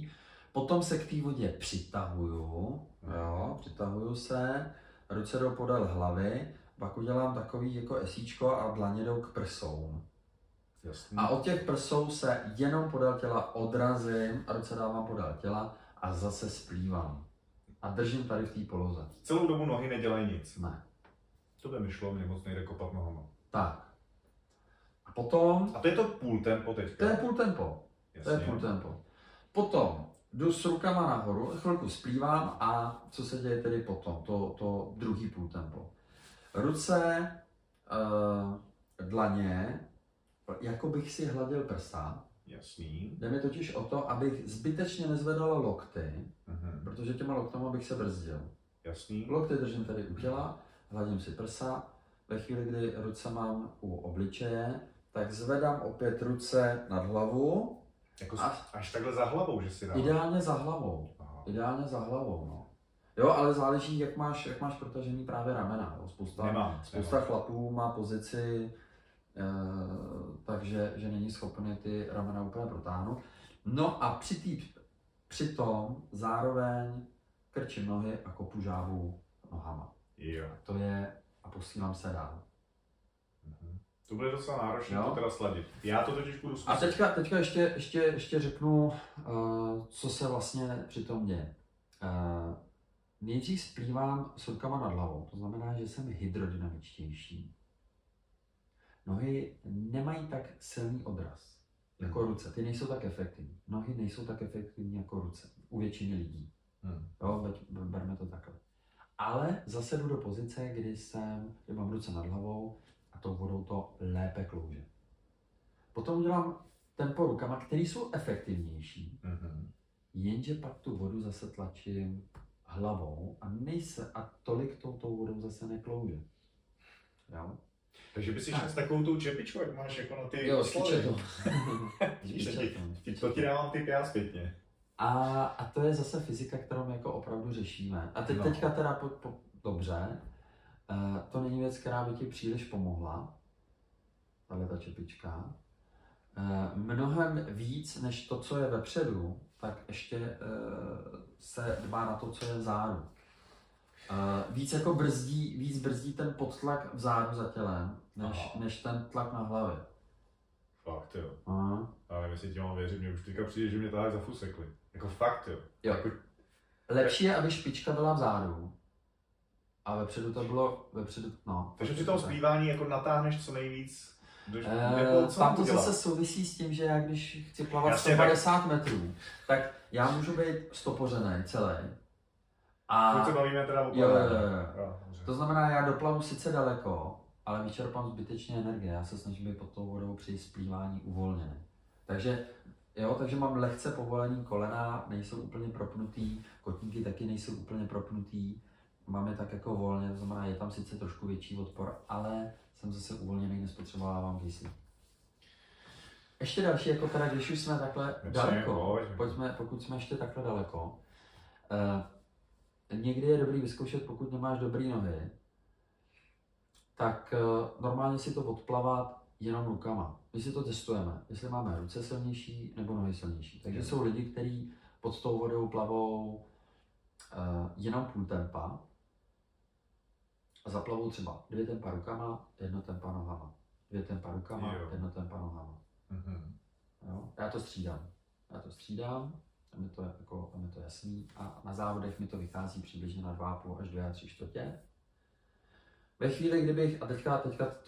Potom se k té vodě přitahuju, jo, přitahuju se, ruce jdou podél hlavy, pak udělám takový jako esíčko a dlaně jdou k prsům. Jasný. A od těch prsou se jenom podél těla odrazím a ruce dávám podél těla a zase splývám. A držím tady v té poloze. Celou dobu nohy nedělají nic. Ne. To by mi šlo, mě moc nejde kopat nohama. Tak. A potom... A to je to půl tempo teďka? To je půl tempo. Jasně. To je půl tempo. Potom jdu s rukama nahoru, chvilku splývám a co se děje tedy potom, to druhý půl tempo. Ruce, dlaně, jako bych si hladil prsa. Jasný. Jde mi totiž o to, abych zbytečně nezvedal lokty, protože těma loktama bych se brzdil. Jasný. Lokty držím tady u těla, hladím si prsa. Ve chvíli, kdy ruce mám u obličeje, tak zvedám opět ruce nad hlavu. Jako až takhle za hlavou, že si dám. Ideálně za hlavou. Aha. Ideálně za hlavou, no. Jo, ale záleží, jak máš protažený právě ramena. Jo. Spousta chlapů má pozici, takže že není schopný ty ramena úplně protáhnout. No a přitom zároveň krčím nohy a kopu žábu nohama. Jo. To je, a posílám se dál. To bude docela náročné to teda sladit. Já to totiž budu zkusit. A teďka ještě řeknu, co se vlastně při tom děje. Nejdřív splývám s rukama nad hlavou, to znamená, že jsem hydrodynamičtější. Nohy nemají tak silný odraz jako ruce, ty nejsou tak efektivní. Nohy nejsou tak efektivní jako ruce, u většiny lidí. Jo, berme to takhle. Ale zase jdu do pozice, kdy mám ruce nad hlavou a tou vodou to lépe klouže. Potom udělám tempo rukama, které jsou efektivnější, jenže pak tu vodu zase tlačím hlavou a tolik tou vodou zase neklouže. Jo? Takže by si šel s takovou tou čepičkou, jak máš jako na ty jo, oslavy. to. To ti dávám tip já zpětně. A to je zase fyzika, kterou my jako opravdu řešíme. A teďka teda dobře, to není věc, která by ti příliš pomohla, tahle ta čepička. Mnohem víc než to, co je vepředu, tak ještě se dbá na to, co je vzadu. Víc jako brzdí ten podtlak vzadu za tělem, než ten tlak na hlavě. Fakt jo. Ale nevím, jestli ti mám věřit, mě už teďka přijde, že mě tahle zafusekli. Jako fakt jo. Jako... Lepší je, aby špička byla vzadu. A vepředu to bylo, no. Takže při tom splývání jako natáhneš co nejvíc. Tam to zase souvisí s tím, že já když chci plavat 150 metrů, tak já můžu být stopořený celý. A se bavíme teda o To znamená, já doplavu sice daleko, ale vyčerpám zbytečně energie. Já se snažím být pod tou vodou při splývání uvolněný. Takže mám lehce povolený kolena, nejsou úplně propnutý, kotníky taky nejsou úplně propnutý. Máme tak jako volně, to znamená, je tam sice trošku větší odpor, ale jsem zase uvolněný, nespotřebovávám kyslík. Ještě další, jako teda, když už jsme takhle daleko, pokud jsme ještě takhle daleko, někdy je dobrý vyzkoušet, pokud nemáš dobrý nohy, tak normálně si to odplavat jenom rukama. My si to testujeme, jestli máme ruce silnější nebo nohy silnější. Takže jsou lidi, kteří pod tou vodou plavou jenom půl tempa a zaplavou třeba 2 tempa rukama, 1 tempa nohama. 2 tempa rukama, 1 tempa nohama. Jo? Já to střídám, tam je to jasný a na závodech mi to vychází přibližně na 2,5 až 2,3 čtvrtě. Ve chvíli, kdybych, a teďka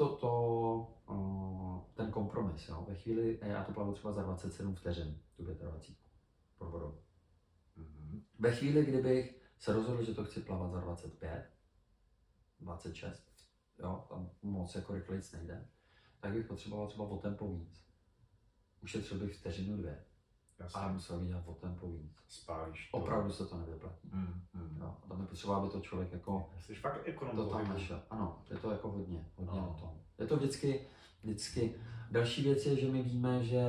ten kompromis, jo? Ve chvíli, já to plavu třeba za 27 vteřin, tu 25 pod vodou. Ve chvíli, kdybych se rozhodl, že to chci plavat za 25, 26, jo, tam moc jako rychlejc nejde, tak bych potřeboval třeba o tempo víc. Ušetřil bych vteřinu 2. Jasně. Ale musel být o tempo víc. Spálíš to. Opravdu se to nevyplatí. Jo, a tam je potřeba, aby to člověk jako... Jsi fakt ekonom. To tam našel. Ano, je to jako hodně o tom. Je to vždycky. Další věc je, že my víme, že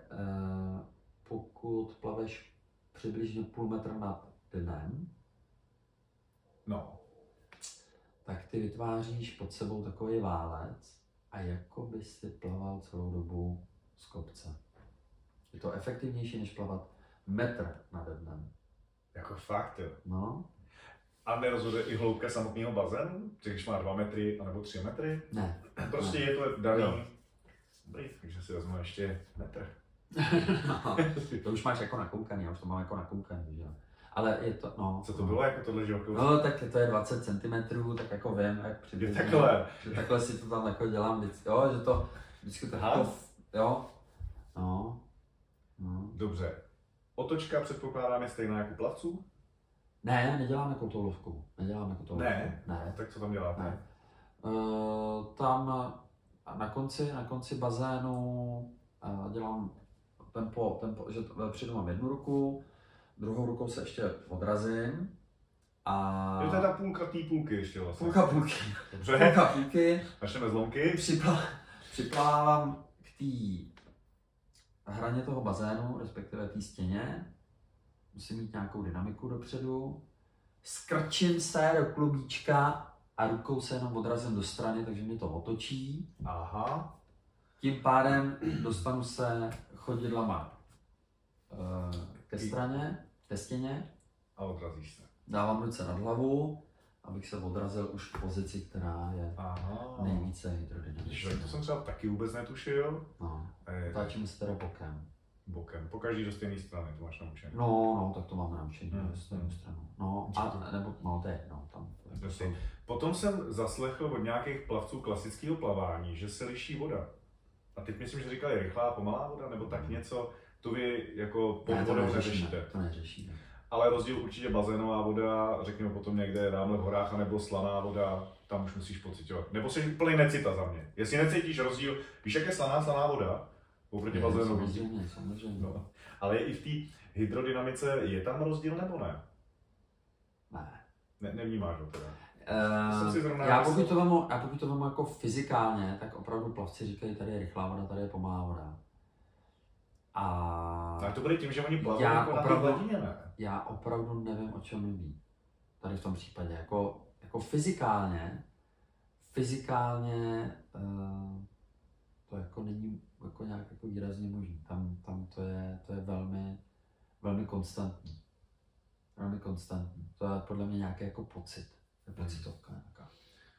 pokud plaveš přibližně půl metru nad dnem, tak ty vytváříš pod sebou takový válec a jako by si plaval celou dobu z kopce. Je to efektivnější, než plavat metr nade dnem. Jako fakt, jo. No, A nerozhoduje i hloubka samotného bazénu? Když má 2 metry anebo 3 metry? ne. Prostě Ne. je to daný. Jo. Dobrý, takže si vezmu ještě metr. No, to už máš jako nakoukaný, já už to mám jako nakoukaný, že jo. Ale je to, no. Co to bylo jako tohle, že No, tak to je 20 cm, tak jako vím, jak přibližně. takhle. Že takhle si to tam jako dělám vždycky, jo, že to vždycky to jako, jo. No. Dobře. Otočka předpokládám je stejná jako plavců? Ne, neděláme kotoulovku. Ne? Ne. Tak co tam děláte? Ne. Tam na konci bazénu dělám tempo, že vepředu mám jednu ruku, druhou rukou se ještě odrazím a... Je to ta půlka té půlky ještě vlastně. Půlky. Dobře. Půlka půlky. Našeme zlomky. Připlávám k té hraně toho bazénu, respektive té stěně. Musím mít nějakou dynamiku dopředu. Skrčím se do klubíčka a rukou se jenom odrazím do strany, takže mi to otočí. Aha. Tím pádem dostanu se chodidlama ke straně, ke stěně. A odrazíš se. Dávám ruce nad hlavu, abych se odrazil už v pozici, která je nejvíce hydrodynamická. To jsem třeba taky vůbec netušil. No, otáčíme se teda bokem. Bokem, po každý do stejné strany, to máš naučené. No, tak to máme naučený, na stejnou stranu. No, nebo, no, to je jedno, tam. Potom jsem zaslechl od nějakých plavců klasického plavání, že se liší voda. A teď myslím, že říkali rychlá, pomalá voda, nebo tak něco, to vy jako pod vodou neřešíte. To neřešíme. Ale rozdíl určitě bazénová voda, řekněme potom někde dámhle v horách, nebo slaná voda, tam už musíš pociťovat. Nebo jsi úplný necita za mě. Jestli necítíš rozdíl, víš, jak je slaná voda? Oproti bazénu. Samozřejmě. No. Ale i v té hydrodynamice je tam rozdíl nebo ne? Ne. Nevnímáš ho teda? Já pokud to vemu jako fyzikálně, tak opravdu plavci říkají, tady je rychlá voda, tady je pomalá voda. A to bude tím, že oni plaví jako na té hladině, ne? Já opravdu nevím, o čem mluví. Tady v tom případě. Jako fyzikálně to jako není jako nějak jako výrazně možný. Tam to je velmi, velmi konstantní. Velmi konstantní. To je podle mě nějaký jako pocit. Pocitovka nějaká.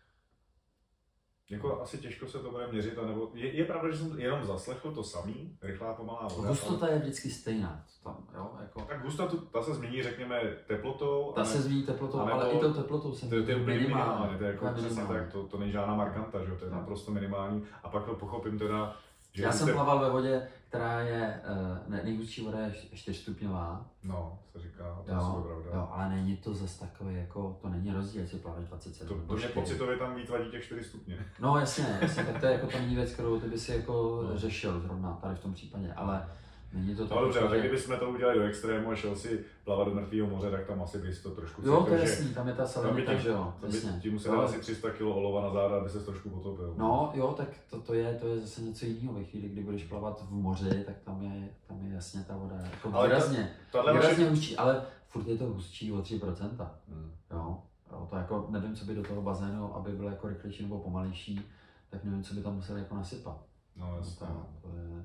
Jako asi těžko se to bude měřit, anebo je pravda, že jsem jenom zaslechl to samý, rychlá pomalá voda. Hustota je vždycky stejná. Tam, jo, jako... Tak hustota ta se změní, řekněme, teplotou. Ta se změní teplotou, ale i tou teplotou se změní. To je úplně minimálně, to je jako přesně tak, to není žádná markanta, že? To je naprosto minimální. A pak to pochopím teda, že... Já jsem plaval ve vodě, která je, nejhustší voda je 4stupňová. No, se říká, to je pravda. Jo, ale není to zase takové, jako, to není rozdíl, jestli plaveš 27. To mě pocitově tam víc vadí těch 4 stupně. No jasně, tak to je jako ta není věc, kterou ty by si jako řešil zrovna tady v tom případě, ale není to tak. No dobře, ale kdybychom to udělali do extrému a šel si plavat do mrtvého moře, tak tam asi bys to trošku cítil. Jo, to je jasný, tam je ta salinita, že jo, jasně. Ti musel asi 300 kg olova na záda, aby se trošku potopil. No jo, tak to je zase něco jiného ve chvíli, kdy budeš plavat v moři, tak tam je jasně ta voda jako výrazně hustší, ale furt je to hustší o 3%. Jo, to jako nevím, co by do toho bazénu, aby byl jako rychlejší nebo pomalejší, tak nevím, co by tam museli jako nasypat. No jasně. To je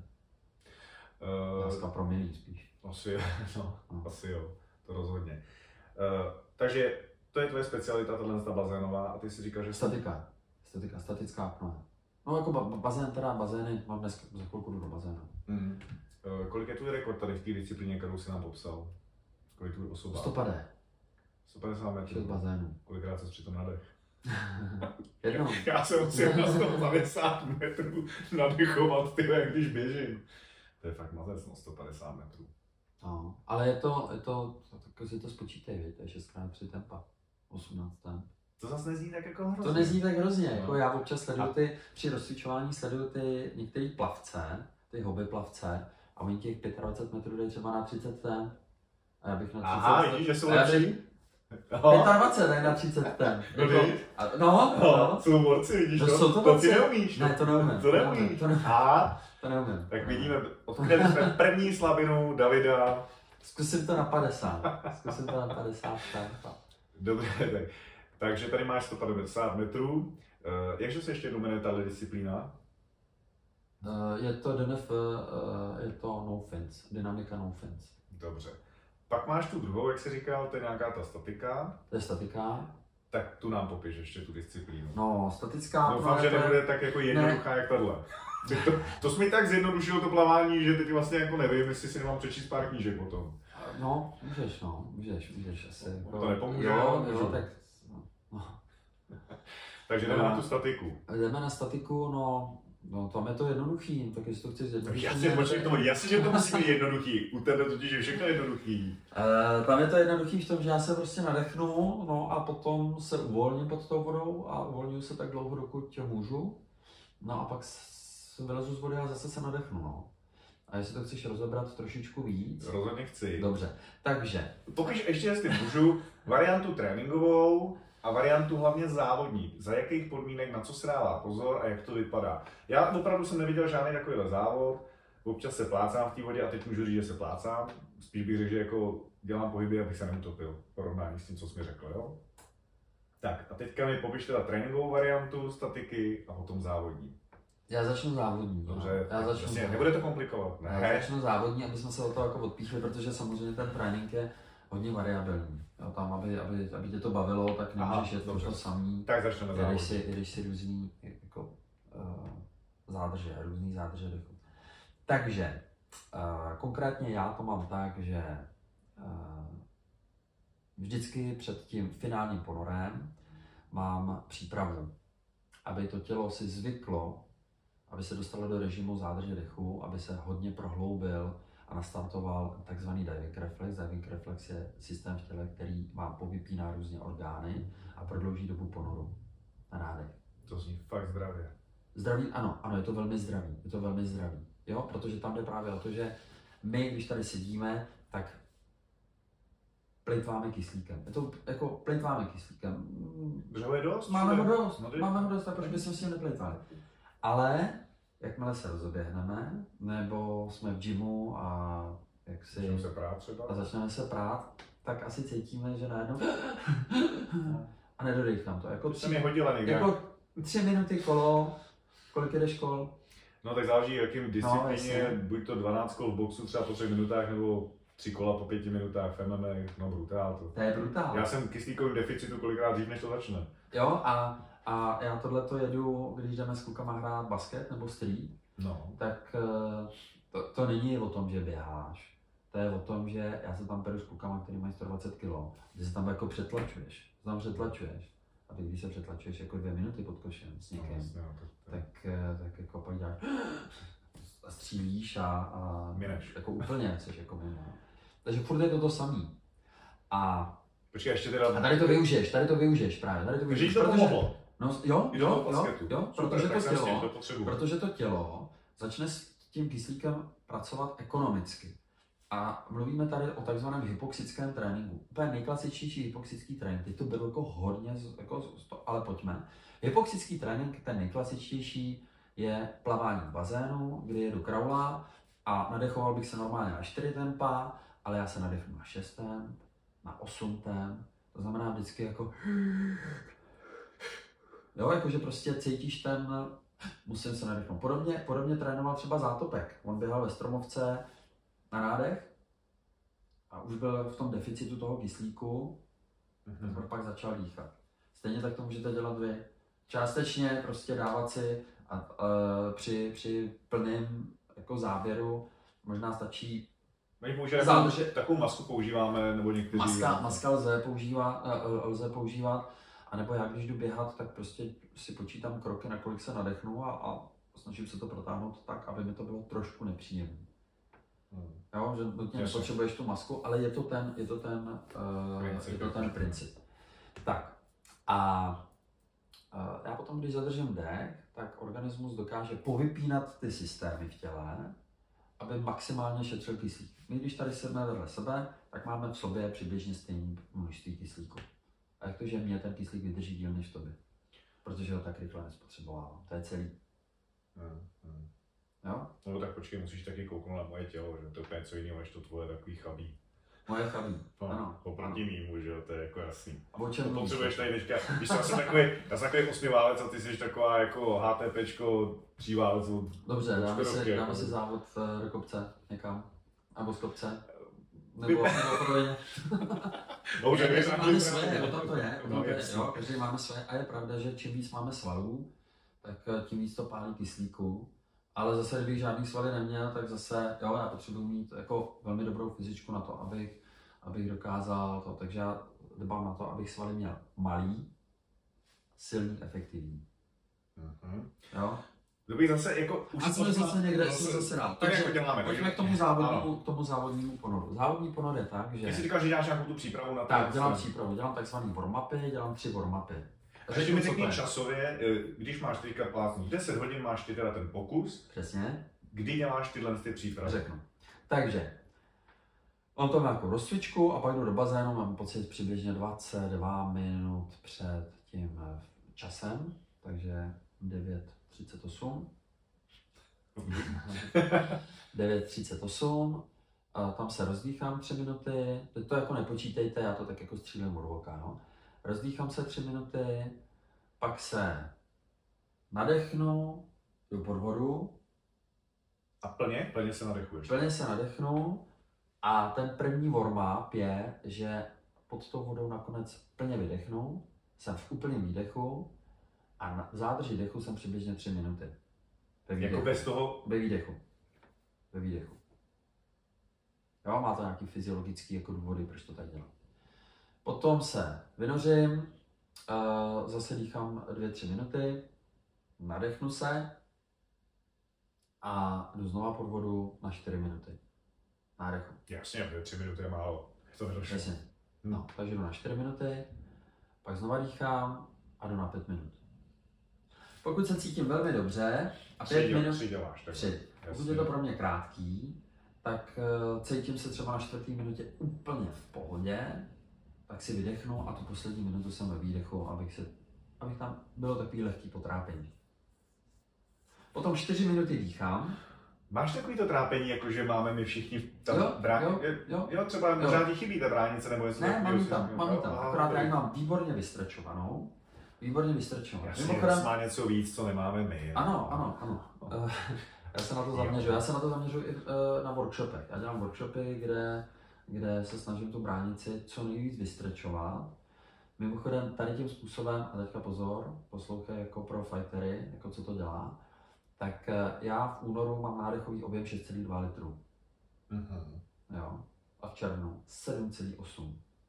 dneska promilí spíš. Asi jo, to rozhodně. Takže to je tvoje specialita, ta bazénová, a ty si říkal, že... Statická apnoe. No jako bazény, mám dneska za chvilku jdu do bazénu. Kolik je tvůj rekord tady v té disciplíně, kterou jsi nám popsal? Kolik tvůj osoba? 150 metrů. 6 bazénů. Kolikrát jsi přitom nadech? Jednou. Já se musím na 150 metrů nadechovat, když běžím. To je fakt mazec, 150 metrů. No, ale je to tak si to spočítej, víte, 6x3 tempa, 18 temp. To zase nezní tak jako hrozně. To nezní tak hrozně, jako já občas sleduju při rozcvičování sleduju některý plavce, ty hobby plavce, a oni těch 25 metrů dají třeba na 30 temp. A já bych na 30 Aha, vidíš, že jsou lepší? 25 dají na 30 temp. No. Jsou borci, vidíš to ty neumíš. Ne, to neumím. To neumíš. To neumím. Tak vidíme, odkryli jsme první slabinu Davida. Zkusím to na 50. Dobře, takže tady máš 150 metrů. Jakže se ještě jednou jmenuje tahle disciplína? Je to DNF, je to no fins, dynamika no fins. Dobře. Pak máš tu druhou, jak jsi říkal, to je nějaká ta statika. To je statika. Tak tu nám popiš ještě tu disciplínu. No, statická... Doufám, že nebude tak jako jednoduchá, jak tahle. To jsi mi tak zjednodušilo to plavání, že teď vlastně jako nevím, jestli si nemám přečíst pár knížek potom. No, můžeš asi. Jako... To nepomůže? Jo, tak... No. Takže jdeme na tu statiku. Jdeme na statiku, no tam je to jednoduchý, tak jestli to chceš jednoduchý. Jasně, že to musí být jednoduchý. U tebe totiž je všechno jednoduchý. Tam je to jednoduchý v tom, že já se prostě nadechnu, no a potom se uvolním pod tou vodou a uvolňuji se tak dlouho, dokud můžu. No a pak vylezu z vody a zase se nadechnu, no. A jestli to chceš rozebrat trošičku víc? Rozhodně chci. Dobře, takže... Popiš ještě, jestli můžu, variantu tréninkovou a variantu hlavně závodní. Za jakých podmínek, na co se dává pozor a jak to vypadá. Já opravdu jsem neviděl žádný takovýhle závod, občas se plácám v té vodě a teď můžu říct, že se plácám. Spíš bych řekl, že jako dělám pohyby, abych se neutopil v porovnání s tím, co jsi mi řekl, jo? Tak a teďka mi popiš teda tréninkovou variantu statiky a potom závodní. Já začnu závodní. Dobře, já začnu vlastně nebude to komplikovat, ne? Já začnu závodní, aby jsme se o to jako odpíchli, protože samozřejmě ten trénink je hodně variabilní. Jo, tam, aby tě to bavilo, tak nemůžeš jet to samý. Tak začneme závodní. Jedeš si různý jako, různý zádrže dechu. Takže konkrétně já to mám tak, že vždycky před tím finálním ponorem mám přípravu, aby to tělo si zvyklo, aby se dostalo do režimu zádrže dechu, aby se hodně prohloubil a nastartoval takzvaný diving reflex. Diving reflex je systém v těle, který vám povypíná různě orgány a prodlouží dobu ponoru na nádech. To zní fakt zdravě. Zdravý, ano, je to velmi zdravý. Jo, protože tam jde právě o to, že my, když tady sedíme, tak plejtváme kyslíkem. Je to jako plejtváme kyslíkem. Že je dost? Máme ho dost, tak proč bychom s tím neplejtvali. Ale jakmile se rozeběhneme, nebo jsme v gymu a začneme se prát, tak asi cítíme, že najednou a nedodejch nám to. Jako to mi hodila někde. Jako 3 minuty kolo, kolik jedeš kol? No tak záleží, jakým disciplíně, buď to 12 kol v boxu třeba po 3 minutách, nebo 3 kola po 5 minutách v MMA, no brutál to. To je brutál. Já jsem kyslíkovým deficitu kolikrát dřív, než to začne. Jo, a já tohleto jedu, když jdeme s klukama hrát basket nebo street, tak to není o tom, že běháš. To je o tom, že já se tam peru s klukama, který mají 120 kg, že se tam jako přetlačuješ. A ty, když se přetlačuješ jako 2 minuty pod košem s někým, tak jako pak děláš a střílíš a jako úplně chceš jako mimo. Takže furt je to samý. Počkej, ještě teda... A tady to využiješ právě. Takže to pomohlo. No jo, protože to tělo začne s tím kyslíkem pracovat ekonomicky. A mluvíme tady o takzvaném hypoxickém tréninku. Úplně nejklasičtější hypoxický trénink, teď to bylo jako hodně, ale pojďme. Hypoxický trénink, ten nejklasičtější, je plavání v bazénu, kdy jedu kraula a nadechoval bych se normálně na 4 tempa, ale já se nadechnu na 6 temp, na 8 temp, to znamená vždycky jako... Jo, jakože prostě cítíš ten, musím se nadechnout. Podobně trénoval třeba Zátopek. On běhal ve Stromovce na nádech a už byl v tom deficitu toho kyslíku, tak pak začal dýchat. Stejně tak to můžete dělat vy. Částečně prostě dávat si při plném jako záběru, možná stačí takovou masku používáme, nebo někteří... Maska lze používat, anebo já když jdu běhat, tak prostě si počítám kroky, na kolik se nadechnu a snažím se to protáhnout tak, aby mi to bylo trošku nepříjemné. Jo, že nutně nepotřebuješ tu masku, ale je to ten princip. Tak a já potom, když zadržím dech, tak organismus dokáže povypínat ty systémy v těle, aby maximálně šetřil kyslík. My, když tady sedíme vedle sebe, tak máme v sobě přibližně stejné množství kyslíku. A jak to, že mě ten kyslík vydrží díl než tobě? Protože ho tak rychle nespotřebovávám. To je celý. Jo? No tak počkej, musíš taky kouknout na moje tělo, že to je úplně něco jiného, než to tvoje takový chabý. Moje chabí, ano. Oproti mýmu, že jo, to je jako jasný. A o čem potřebuješ tady teďka, když já jsem takový 8válec a ty jsi taková jako HTPčko 3válec. Dobře, dáme si závod do kopce někam, nebo z kopce. nebo podobně. Dobře, máme své, o tom to je, No, jo, každý máme své a je pravda, že čím víc máme svalů, tak tím víc to pálí kyslíku. Ale zase, kdybych žádný svaly neměl, tak zase, jo, já potřebuji mít jako velmi dobrou fyzičku na to, abych dokázal to. Takže já dbám na to, abych svaly měl malý, silný, efektivní. Jo? Dobrý, zase jako... A jsme zase někde, jsme zase dál. Tak jako děláme. Pojďme k tomu závodnímu ponoru. Závodní ponor je tak, že... Ty jsi říkal, že děláš nějakou tu přípravu na to? Tak, dělám přípravu, dělám takzvaný warm-upy, dělám 3 warm-upy. Takže mi řekni časově, když máš teďka plácnu 10 hodin, máš ty teda ten pokus. Přesně. Kdy děláš tyhle přípravy? Řeknu. Takže, mám to nějakou rozcvičku a pak jdu do bazénu, mám pocit přibližně 22 minut před tím časem, takže 9:38. 9:38, tam se rozdýchám 3 minuty, teď to jako nepočítejte, já to tak jako střílím od voka, no. Rozdýchám se 3 minuty, pak se nadechnu, jdu pod vodu. A plně se nadechuješ? Plně se nadechnu a ten první warm-up je, že pod tou vodou nakonec plně vydechnu, jsem v úplném výdechu a v zádrži dechu jsem přibližně 3 minuty. Jako bez toho? Ve výdechu. Jo, má to nějaký fyziologický jako důvody, proč to tak dělám. Potom se vynořím, zase dýchám 2-3 minuty, nadechnu se a jdu znova pod vodu na 4 minuty. Nádechu. Jasně, 2-3 minuty je málo. To nedošlo. Jasně. No, takže jdu na 4 minuty, pak znova dýchám a jdu na 5 minut. Pokud se cítím velmi dobře a 5 minut... 3 děláš. 3. Pokud je to pro mě krátký, tak cítím se třeba na 4. minutě úplně v pohodě, tak si vydechnu a tu poslední minutu jsem ve výdechu, abych tam bylo takový lehký potrápení. Potom 4 minuty dýchám. Máš takový to trápení, jako že máme my všichni tam jo, třeba možná ti chybí ta bránice nebo něco takového? Ne, mám ji tam, akorát já ji mám výborně vystrčovanou. Jasně, má něco víc, co nemáme my. Ano. Já se na to zaměřuji i na workshopech. Já dělám workshopy, kde se snažím tu bránici co nejvíc vystrčovat. Mimochodem tady tím způsobem, a teďka pozor, poslouchej jako pro fightery, jako co to dělá, tak já v únoru mám nádechový objem 6,2 litru. Jo, a v červnu 7,8.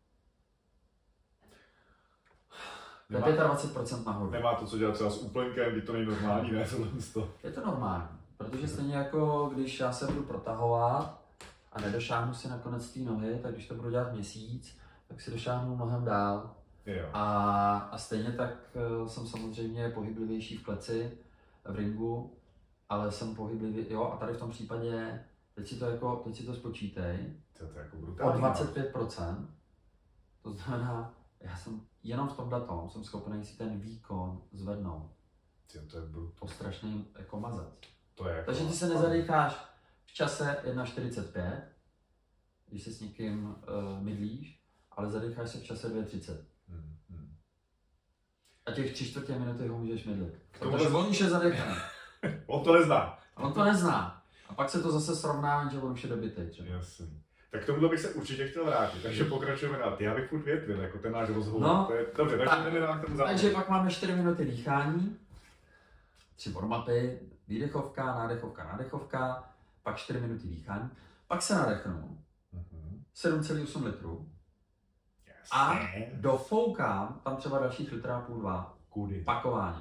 To je 25% nahoru. Nemá to co dělat třeba s úplňkem, kdy to není normální, ne? Je to normální, protože stejně jako když já se budu protahovat a nedošáhnu si nakonec té nohy, tak když to budu dělat měsíc, tak si došáhnu mnohem dál. Jo. A stejně tak jsem samozřejmě pohyblivější v kleci, v ringu, ale jsem pohyblivý, jo, a tady v tom případě, teď si to spočítej, to je jako brutální, o 25%, to znamená, já jsem jenom v tom datom jsem schopný si ten výkon zvednout. To je brutální. To strašně jako mazat. To je jako takže ty se nezadýcháš v čase 1,45, když se s někým mydlíš, ale zadýcháš se v čase 2,30. A těch 3/4 minuty ho můžeš mydlit. Protože on už je zadechaný. On to nezná. On to nezná. A pak se to zase srovná, že on už je dobitej. Jasný. Tak k tomuto bych se určitě chtěl vrátit, takže pokračujeme dál. Já bych furt větvil, jako ten náš rozhovor. No, to je, dobře, takže jdeme dál k tomu závodu. Takže pak máme 4 minuty dýchání, 3 warm-upy, výdechovka, nádechovka, pak 4 minuty dýchání, pak se nadechnu, 7,8 litrů a dofoukám tam třeba dalších litra půl 2. Kudy. Pakování.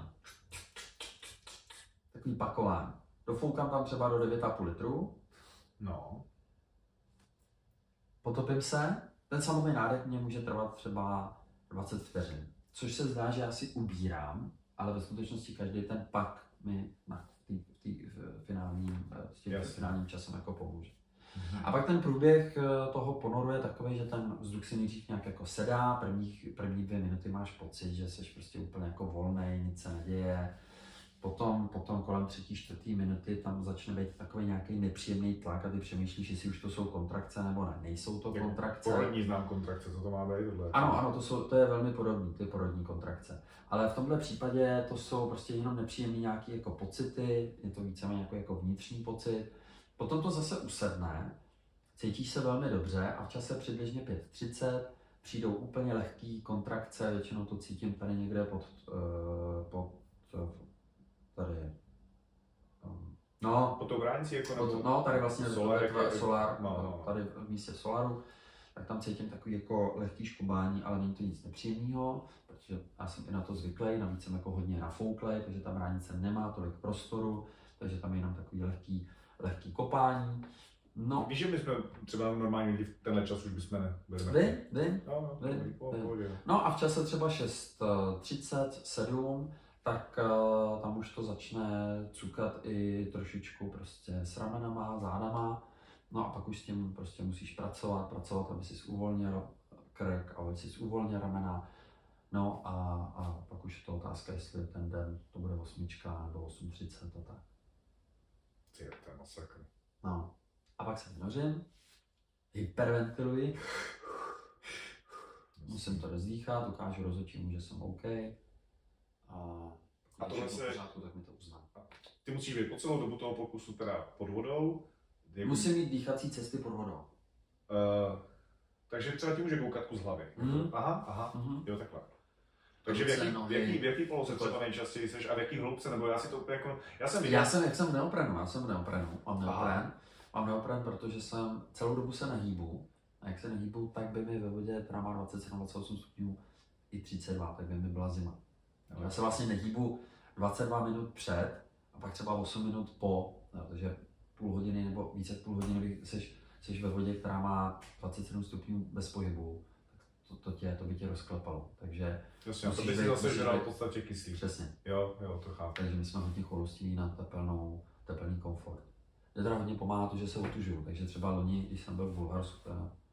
Takový pakování. Dofoukám tam třeba do 9,5 litru. No. Potopím se. Ten samotný nádech mě může trvat třeba 20 vteřin. Což se zdá, že já si ubírám, ale ve skutečnosti každý ten pak mi finálním časem jako pomůže. A pak ten průběh toho ponoru je takový, že ten vzduch si nejdřív nějak jako sedá, první 2 minuty máš pocit, že jsi prostě úplně jako volnej, nic se neděje. Potom kolem 3/4 minuty tam začne být takový nějaký nepříjemný tlak a ty přemýšlíš, jestli už to jsou kontrakce nebo ne, nejsou to kontrakce. Porodní znám kontrakce, co to má být? Ano, to je velmi podobný, ty porodní kontrakce. Ale v tomhle případě to jsou prostě jenom nepříjemný nějaký jako pocity, je to víceméně jako vnitřní pocit. Potom to zase usedne cítíš se velmi dobře a v čase přibližně 5:30 přijdou úplně lehký kontrakce, většinou to cítím tady někde tady je. No, Po tou bránici jako no, tady vlastně solar, tady v místě solaru, tak tam cítím takový jako lehký škubání, ale není to nic nepříjemného, protože já jsem i na to zvyklý, navíc jsem jako hodně nafouklej, takže ta bránice nemá tolik prostoru, takže tam je jenom takový lehký kopání. No. Víš, že my jsme třeba normálně lidi v tenhle čas už bychom nebyli. Vím. No a v čase třeba 6:30, 7, tak tam už to začne cukat i trošičku prostě s ramenama, zádama. No a pak už s tím prostě musíš pracovat, aby si uvolnil krk, aby si uvolnil ramena. No a pak už je to otázka, jestli ten den to bude 8 nebo 8:30 a tak. To je masakr. No. A pak se vynořím, hyperventiluji, musím to rozdýchat, ukážu rozhodčímu, že jsem OK. A tohle se... pořádku, tak mi to uzná. Ty musíš být po celou dobu toho pokusu teda pod vodou. Musím mít dýchací cesty pod vodou. Takže třeba ti může koukat kus hlavy. Aha, jo takhle. Takže v jaký poloze třeba nejčastěji seš a v jaký hloubce, nebo já si to úplně jako... Já jsem v neoprenu, mám neopren, protože jsem celou dobu se nehýbu. A jak se nehýbu, tak by mi ve vodě, která má 27-28 stupňů i 32, tak by mi byla zima. Já se vlastně nehýbu 22 minut před a pak třeba 8 minut po, takže půl hodiny nebo více jak půl hodiny, když seš ve vodě, která má 27 stupňů bez pohybu, tak to by tě rozklepalo. Takže jasně, to by si zase žral v podstatě kyslík. Přesně. Jo, to chápu. Takže my jsme hodně choulostilí na tepelný komfort. Mě teda hodně pomáhá to, že se otužuju, takže třeba loni, když jsem byl v Bulharsku,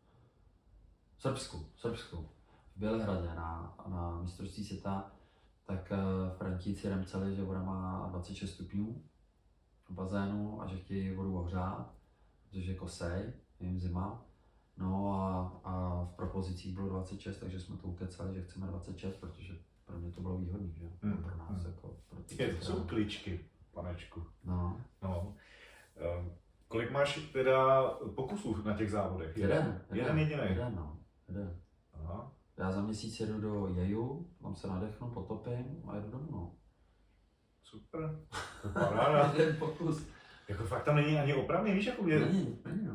Srbsku, v Bělehradě na mistrovství světa, tak Frantíci remceli, že voda má 26 stupňů v bazénu a že chtějí vodu ohřát, protože kosej, je jim zima. No a v propozicích bylo 26, takže jsme to ukecali, že chceme 26, protože pro mě to bylo výhodné, že? Pro nás jako pro ty. To jsou kličky, panečku. No. Kolik máš teda pokusů na těch závodech? Jeden jediný. Jeden. Aha. Já za měsíc jedu do Jeju, tam se nadechnu, potopím a jedu domů. No. Super, to paráda. Jeden pokus. Jako fakt tam není ani opravný, víš, jako Není, no.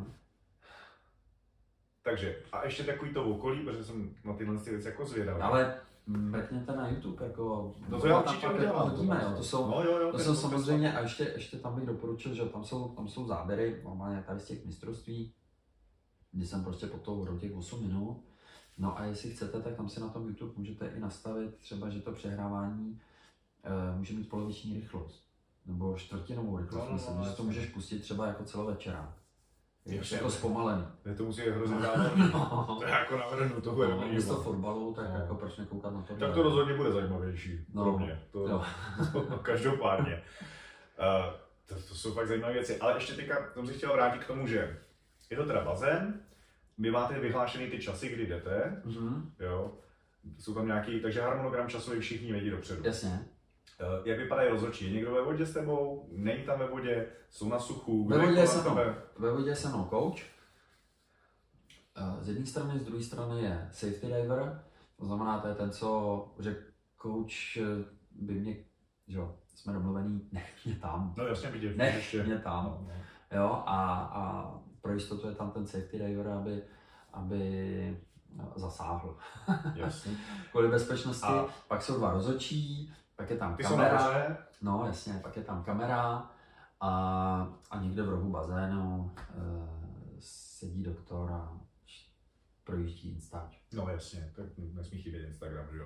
Takže, a ještě takový to okolí, protože jsem na tyhle věci jako zvědavý. Ale mrkněte na YouTube, jako... No to já určitě udělám. To jsou samozřejmě, a ještě tam bych doporučil, že tam jsou záběry, normálně tady z těch mistrovství, kdy jsem prostě pod tou vodou těch 8 minut. No a jestli chcete, tak tam si na tom YouTube můžete i nastavit třeba, že to přehrávání může mít poloviční rychlost. Nebo čtvrtinovou rychlost, myslím, že to můžeš pustit třeba jako celovečerák. Jako zpomalený. Je to musí hrozně zábavný. To je jako navrhnu, to bude dobrý. Místo fotbalu, tak jako proč nekoukat na to? Tak to rozhodně bude zajímavější pro mě. Každopádně. To jsou fakt zajímavé věci. Ale ještě teďka jsem si chtěl vrátit k tomu, že je to teda bazén, vy máte vyhlášený ty časy, kdy jdete, jo. Jsou tam nějaký, takže harmonogram časový všichni vědí dopředu. Jasně. Jak vypadají rozhodčí? Je někdo ve vodě s tebou? Není tam ve vodě? Jsou na suchu? Ve vodě je se mnou coach. Z jedné strany, z druhé strany je safety diver. To znamená, to je ten, že coach by mě, že jsme domluvený, nech mě tam. No jasně, vidět. Nech mě tam. No. Jo, a pro jistotu je tam ten safety diver, aby zasáhl. Jasně. Kvůli bezpečnosti. Pak jsou 2 rozhodčí. Pak je tam kamera, no jasně, pak je tam kamera a někde v rohu bazénu sedí doktor a projíždí Instač. No jasně, tak nesmí chybět Instagram, že jo.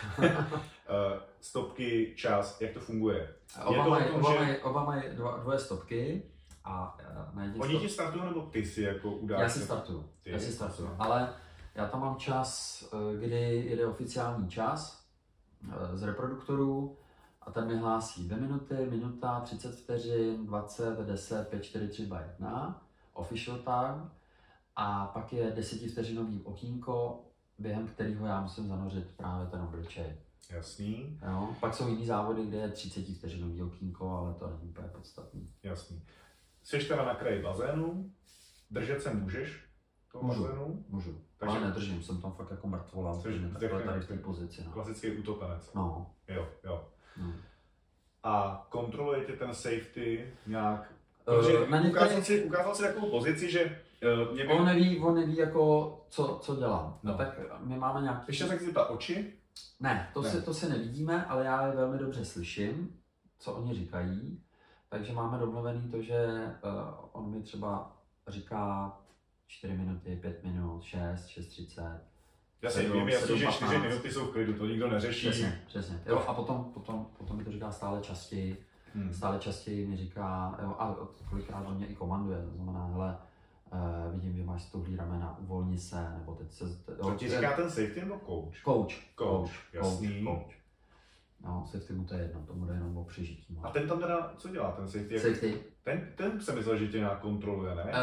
Stopky, čas, jak to funguje? Oba mají dvoje stopky a oni ti startují nebo ty si jako udáš? Já si startuju, ale já tam mám čas, kdy jede oficiální čas z reproduktorů a ten mi hlásí 2 minuty, minuta, 30 vteřin, 20, 10, 5, 4, 3, 2, 1, official time a pak je 10 vteřinový okýnko, během kterého já musím zanořit právě ten obličej. Jasný. Jo? Pak jsou jiný závody, kde je 30 vteřinový okýnko, ale to není úplně podstatný. Jasný. Jsi teda na kraji bazénu, držet se můžeš toho Můžu. bazénu? Můžu, Takže- ale nedržím, jsem tam fakt jako mrtvola, Což takhle tady v té pozici. No. Klasický utopenec. No. Jo, jo. No. A kontroluje tě ten safety nějak? Na Protože některých- ukázal si takovou pozici, že mě by... On neví jako, co dělám. No. No. Tak my máme nějaký... Ještě se chci zeptat, oči? Ne, Ne. to si nevidíme, ale já je velmi dobře slyším, co oni říkají. Takže máme domluvený to, že on mi třeba říká 4 minuty, 5 minut, 6, 6:30. Jasně, je mi jasný, že 4 minuty jsou v klidu, to nikdo neřeší. Přesně. Jo, a potom mi to říká stále častěji. Stále častěji mi říká, jo, a kolikrát on mě i komanduje, to znamená, hele, vidím, že máš stuhlý ramena, uvolni se, nebo teď se... Co ti říká ten safety nebo coach? Coach, jasný. coach. No, safety mu to je jedno, tomu jde jenom o přežití. A ten tam teda, co dělá ten safety? Safety? Ten se myslel, že tě nějak kontroluje, ne?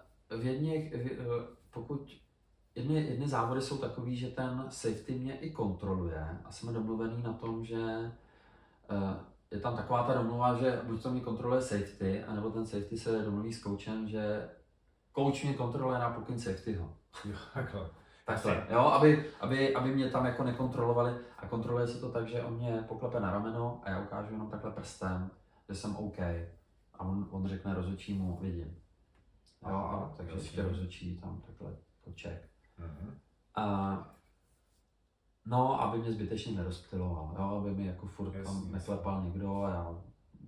Jedny závody jsou takový, že ten safety mě i kontroluje a jsme domluvený na tom, že je tam taková ta domluva, že buď to mě kontroluje safety, anebo ten safety se domluví s coachem, že coach mě kontroluje na pokyn safetyho. Jo, takhle. Takhle, jo, aby mě tam jako nekontrolovali a kontroluje se to tak, že on mě poklepe na rameno a já ukážu jenom takhle prstem, že jsem OK a on řekne rozhodčímu, vidím. Jo, a takže ještě rozhodčí tam takhle jako check. No, aby mě zbytečně nerozptyloval, jo, aby mi jako furt tam neklepal někdo a já...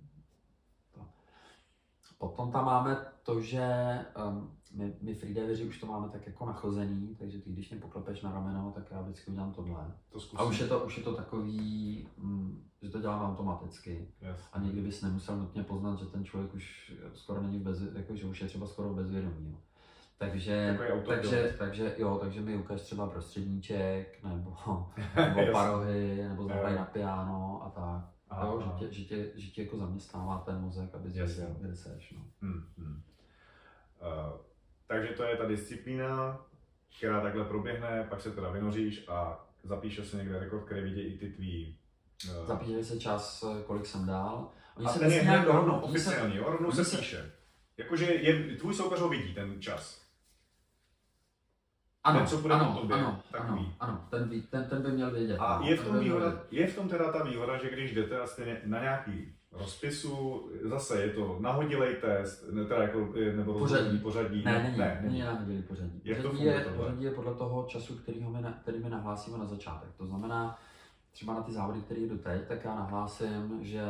Potom tam máme to, že my freediveři už to máme tak jako nachozený, takže ty když mě poklepeš na rameno, tak já vždycky udělám tohle. A už je to takový, že to dělám automaticky. Yes. A nikdy bys nemusel nutně poznat, že ten člověk už skoro není jako, že už je třeba skoro bezvědomý. Jo. Takže mi ukáž třeba prostředníček, nebo parohy, nebo zahrají na piano a tak. Jo, že tě jako zaměstnává ten mozek, aby zvěděl, kde seš. No. Takže to je ta disciplína, která takhle proběhne, pak se teda vynoříš a zapíše se někde rekord, který vidí i ty tvý... Zapíše se čas, kolik jsem dál. Oni a ten je hned rovnou oficiální, jo? Rovnou se píše. Jakože tvůj soupeř ho vidí, ten čas. Ano, ten, co bude ano, tobě, ano, ten by měl vědět. A je v tom teda ta výhoda, že když jdete vlastně na nějaký rozpisu, zase je to nahodilej test, teda jako, nebo pořadí. Ne, není nahodilý pořadí. Pořadí je podle toho času, který my nahlásíme na začátek. To znamená, třeba na ty závody, které jdu teď, tak já nahlásím, že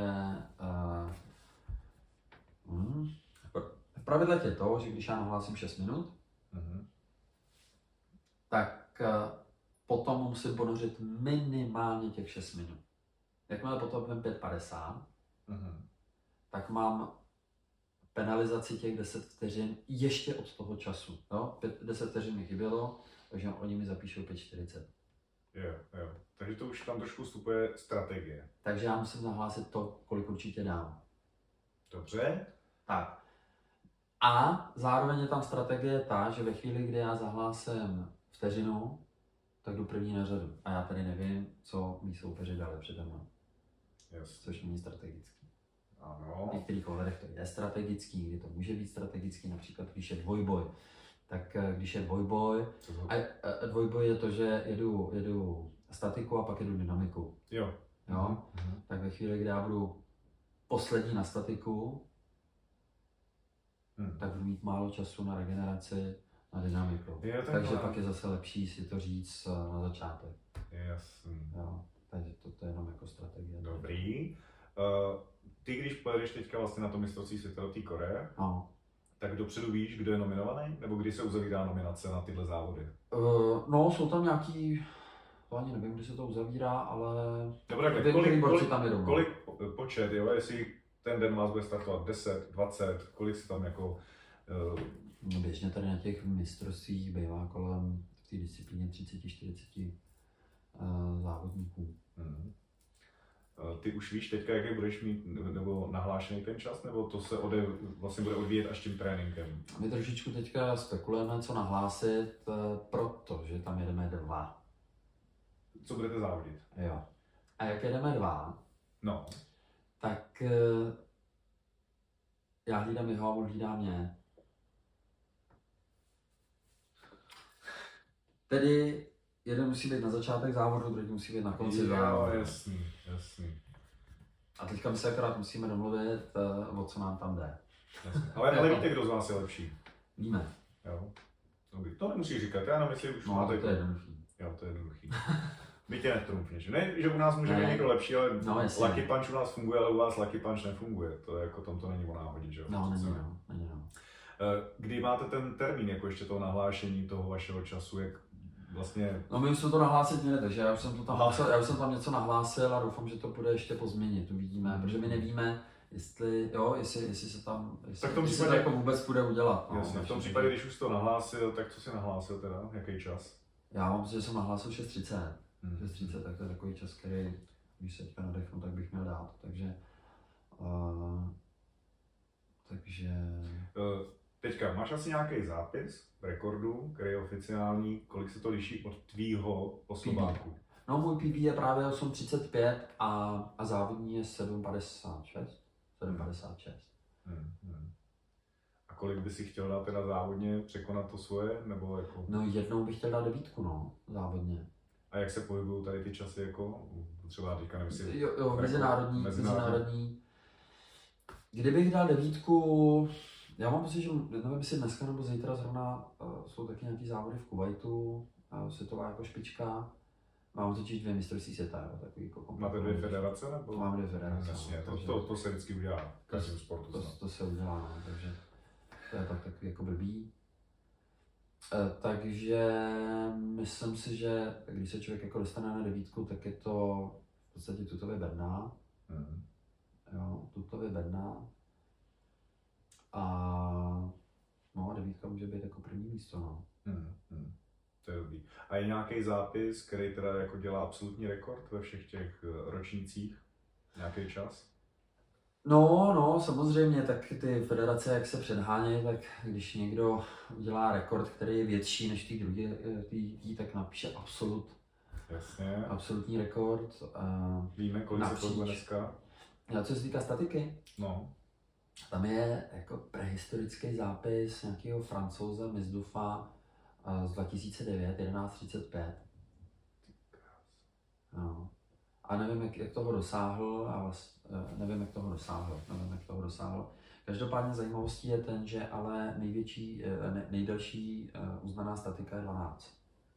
v pravidle je to, že když já nahlásím 6 minut, tak potom musím ponořit minimálně těch 6 minut. Jakmile potom vem 5:50, tak mám penalizaci těch 10 vteřin ještě od toho času. Jo? 10 vteřin mi chybělo, takže oni mi zapíšou 5:40. Jo. Takže to už tam trošku vstupuje strategie. Takže já musím nahlásit to, kolik určitě dám. Dobře. Tak. A zároveň je tam strategie ta, že ve chvíli, kdy já zahlásím vteřinu, tak jdu první na řadu. A já tady nevím, co mý soupeři dali přede mnou. Yes. Což není strategický. Ano. V některých ohledech to je strategický, kdy to může být strategický, například když je dvojboj. Tak když je dvojboj, a dvojboj je to, že jedu statiku a pak jedu dynamiku. Jo. Tak ve chvíli, kdy já budu poslední na statiku, tak budu mít málo času na regeneraci, na dynamiku. Takže pak je zase lepší si to říct na začátek. Jasný. Jo. Takže to je jenom jako strategie. Dobrý. Ty, když pojedeš teďka vlastně na to mistrovství světa do té Koreje, tak dopředu víš, kdo je nominovaný? Nebo kdy se uzavírá nominace na tyhle závody? No, jsou tam nějaký, to ani nevím, kdy se to uzavírá, ale kolik počet, jo? Jestli ten den vás bude startovat 10, 20, kolik se tam jako... No běžně tady na těch mistrovstvích bývá kolem v té disciplíně 30-40 závodníků. Ty už víš teďka, jaký budeš mít, nebo nahlášený ten čas, nebo to se vlastně bude odvíjet až tím tréninkem? My trošičku teďka spekulujeme, co nahlásit, protože tam jedeme 2. Co budete závodit? Jo. A jak jedeme 2, tak já hlídám jeho a on hlídá mě. Tedy jeden musí být na začátek závodu, druhý musí být na konci závodu. Jasný. A teďka my se akorát musíme domluvit, o co nám tam jde. Ale víte, kdo z vás je lepší? Víme. Jo. To nemusíš říkat, já jenom jestli už No, máte... to je jednoduchý. Jo, to je jednoduchý. My tě netrumfneš. Ne, že u nás může být někdo lepší, ale Lucky Punch u nás funguje, ale u vás Lucky Punch nefunguje. To je jako tom to není o náhodě, že jo? No, není. Kdy máte ten termín, jako ještě toho nahlášení toho vašeho času, jak vlastně... No my už jsme to nahlásit měli, takže já už jsem tam něco nahlásil a doufám, že to bude ještě pozměnit, uvidíme, protože my nevíme, jestli se tam, jestli to jako vůbec bude udělat. No, jasně, v tom případě, když už to nahlásil, tak co si nahlásil teda, jaký čas? Já mám, že jsem nahlásil 6:30, 6:30, tak to je takový čas, který, když se teďka nadechnu, tak bych měl dát, takže... Teďka, máš asi nějaký zápis v rekordu, který je oficiální, kolik se to liší od tvýho osobáku? No, můj PB je právě 8:35 a závodní je 7:56. 7:56. A kolik by si chtěl dát teda závodně, překonat to svoje, nebo jako... No, jednou bych chtěl dát 9, no, závodně. A jak se pohybují tady ty časy, jako třeba teďka nevím, Jo, mezinárodní. Kdybych dal 9, já mám pocit, že nevím, jestli dneska nebo zítra zrovna jsou taky nějaký závody v Kuwaitu, světová jako špička. Mám totiž 2 mistrovství světa, takový jako máte 2 federace, nebo? Máme 2 federace. Jasně, to se vždycky udělá v každém sportu. To se udělá, no, takže to je tak takový jako blbý. Takže myslím si, že když se člověk jako dostane na 9, tak je to v podstatě tutově bedna. Jo, tutově bedna. A no, 9 může být jako první místo, no. To je dobrý. A je nějaký zápis, který teda jako dělá absolutní rekord ve všech těch ročnících? Nějaký čas? No, samozřejmě, tak ty federace, jak se předhánějí, tak když někdo udělá rekord, který je větší než ty druhý, tak napíše Jasně. Absolutní rekord. Víme, kolik se to dneska? Co se týká statiky? No. Tam je jako prehistorický zápis nějakého Francouze Mizdufa z 2009, 11:35. No. A nevím, jak toho dosáhl, nevím, jak toho dosáhl. Každopádně zajímavostí je ten, že ale nejdelší uznaná statika je 12.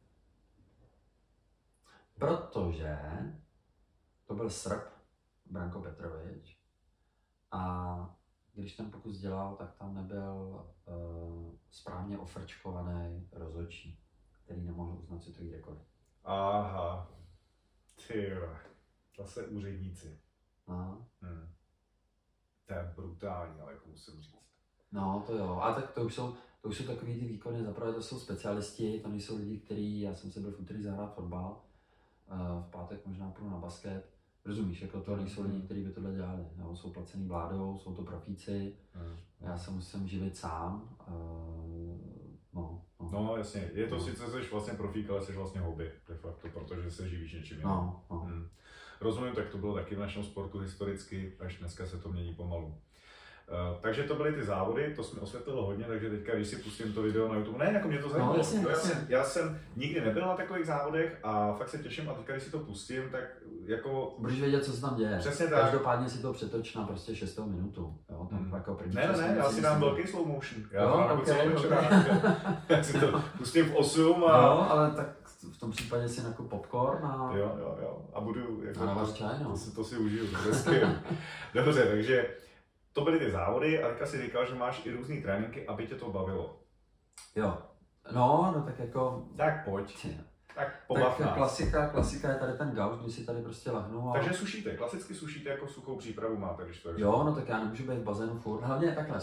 Protože to byl Srb, Branko Petrovič, a když ten pokus dělal, tak tam nebyl správně ofrčkovaný rozhodčí, který nemohl uznat světový rekord. Aha, tyhle, zase úředníci. No. To je brutální, ale jako musím říct. No to jo, a tak to už jsou takový ty výkony, zaprvé to jsou specialisti, to nejsou lidi, kteří, já jsem se byl v úterý zahrát fotbal, v pátek možná půjdu na basket. Rozumíš, jako to nejsou lidi, kteří by tohle dělali. Jo? Jsou placený vládou, jsou to profíci, já se musím živit sám. No jasně, je to sice jsi vlastně profík, ale jsi vlastně hobby de facto, protože se živíš něčím jiným. Rozumím, tak to bylo taky v našem sportu historicky, až dneska se to mění pomalu. Takže to byly ty závody, to jsme osvětlili hodně, takže teďka, když si pustím to video na YouTube, ne, jako mě to zajímalo. Já jsem nikdy nebyl na takových závodech a fakt se těším a teďka, když si to pustím, tak jako... Budeš vědět, co se tam děje. Přesně tak. Každopádně si to přetoč na prostě 6. minutu. Jo, tam jako první ne, já si dám velký slow motion. Já Já si to pustím v 8 a... Jo, ale tak v tom případě si jako popcorn a... Jo. A budu jako... A navař čaj, no. To si užiju, to je skvělý. Dobře, takže... To byly ty závody a teďka si říkal, že máš i různý tréninky, aby tě to bavilo. Jo. No tak jako... Tak pojď. Tak pobav nás. Klasika je tady ten gauč, kdy si tady prostě lehnu a... Takže sušíte, klasicky sušíte jako suchou přípravu máte, když to je. Jo, no tak já nemůžu být v bazénu furt. Hlavně takhle,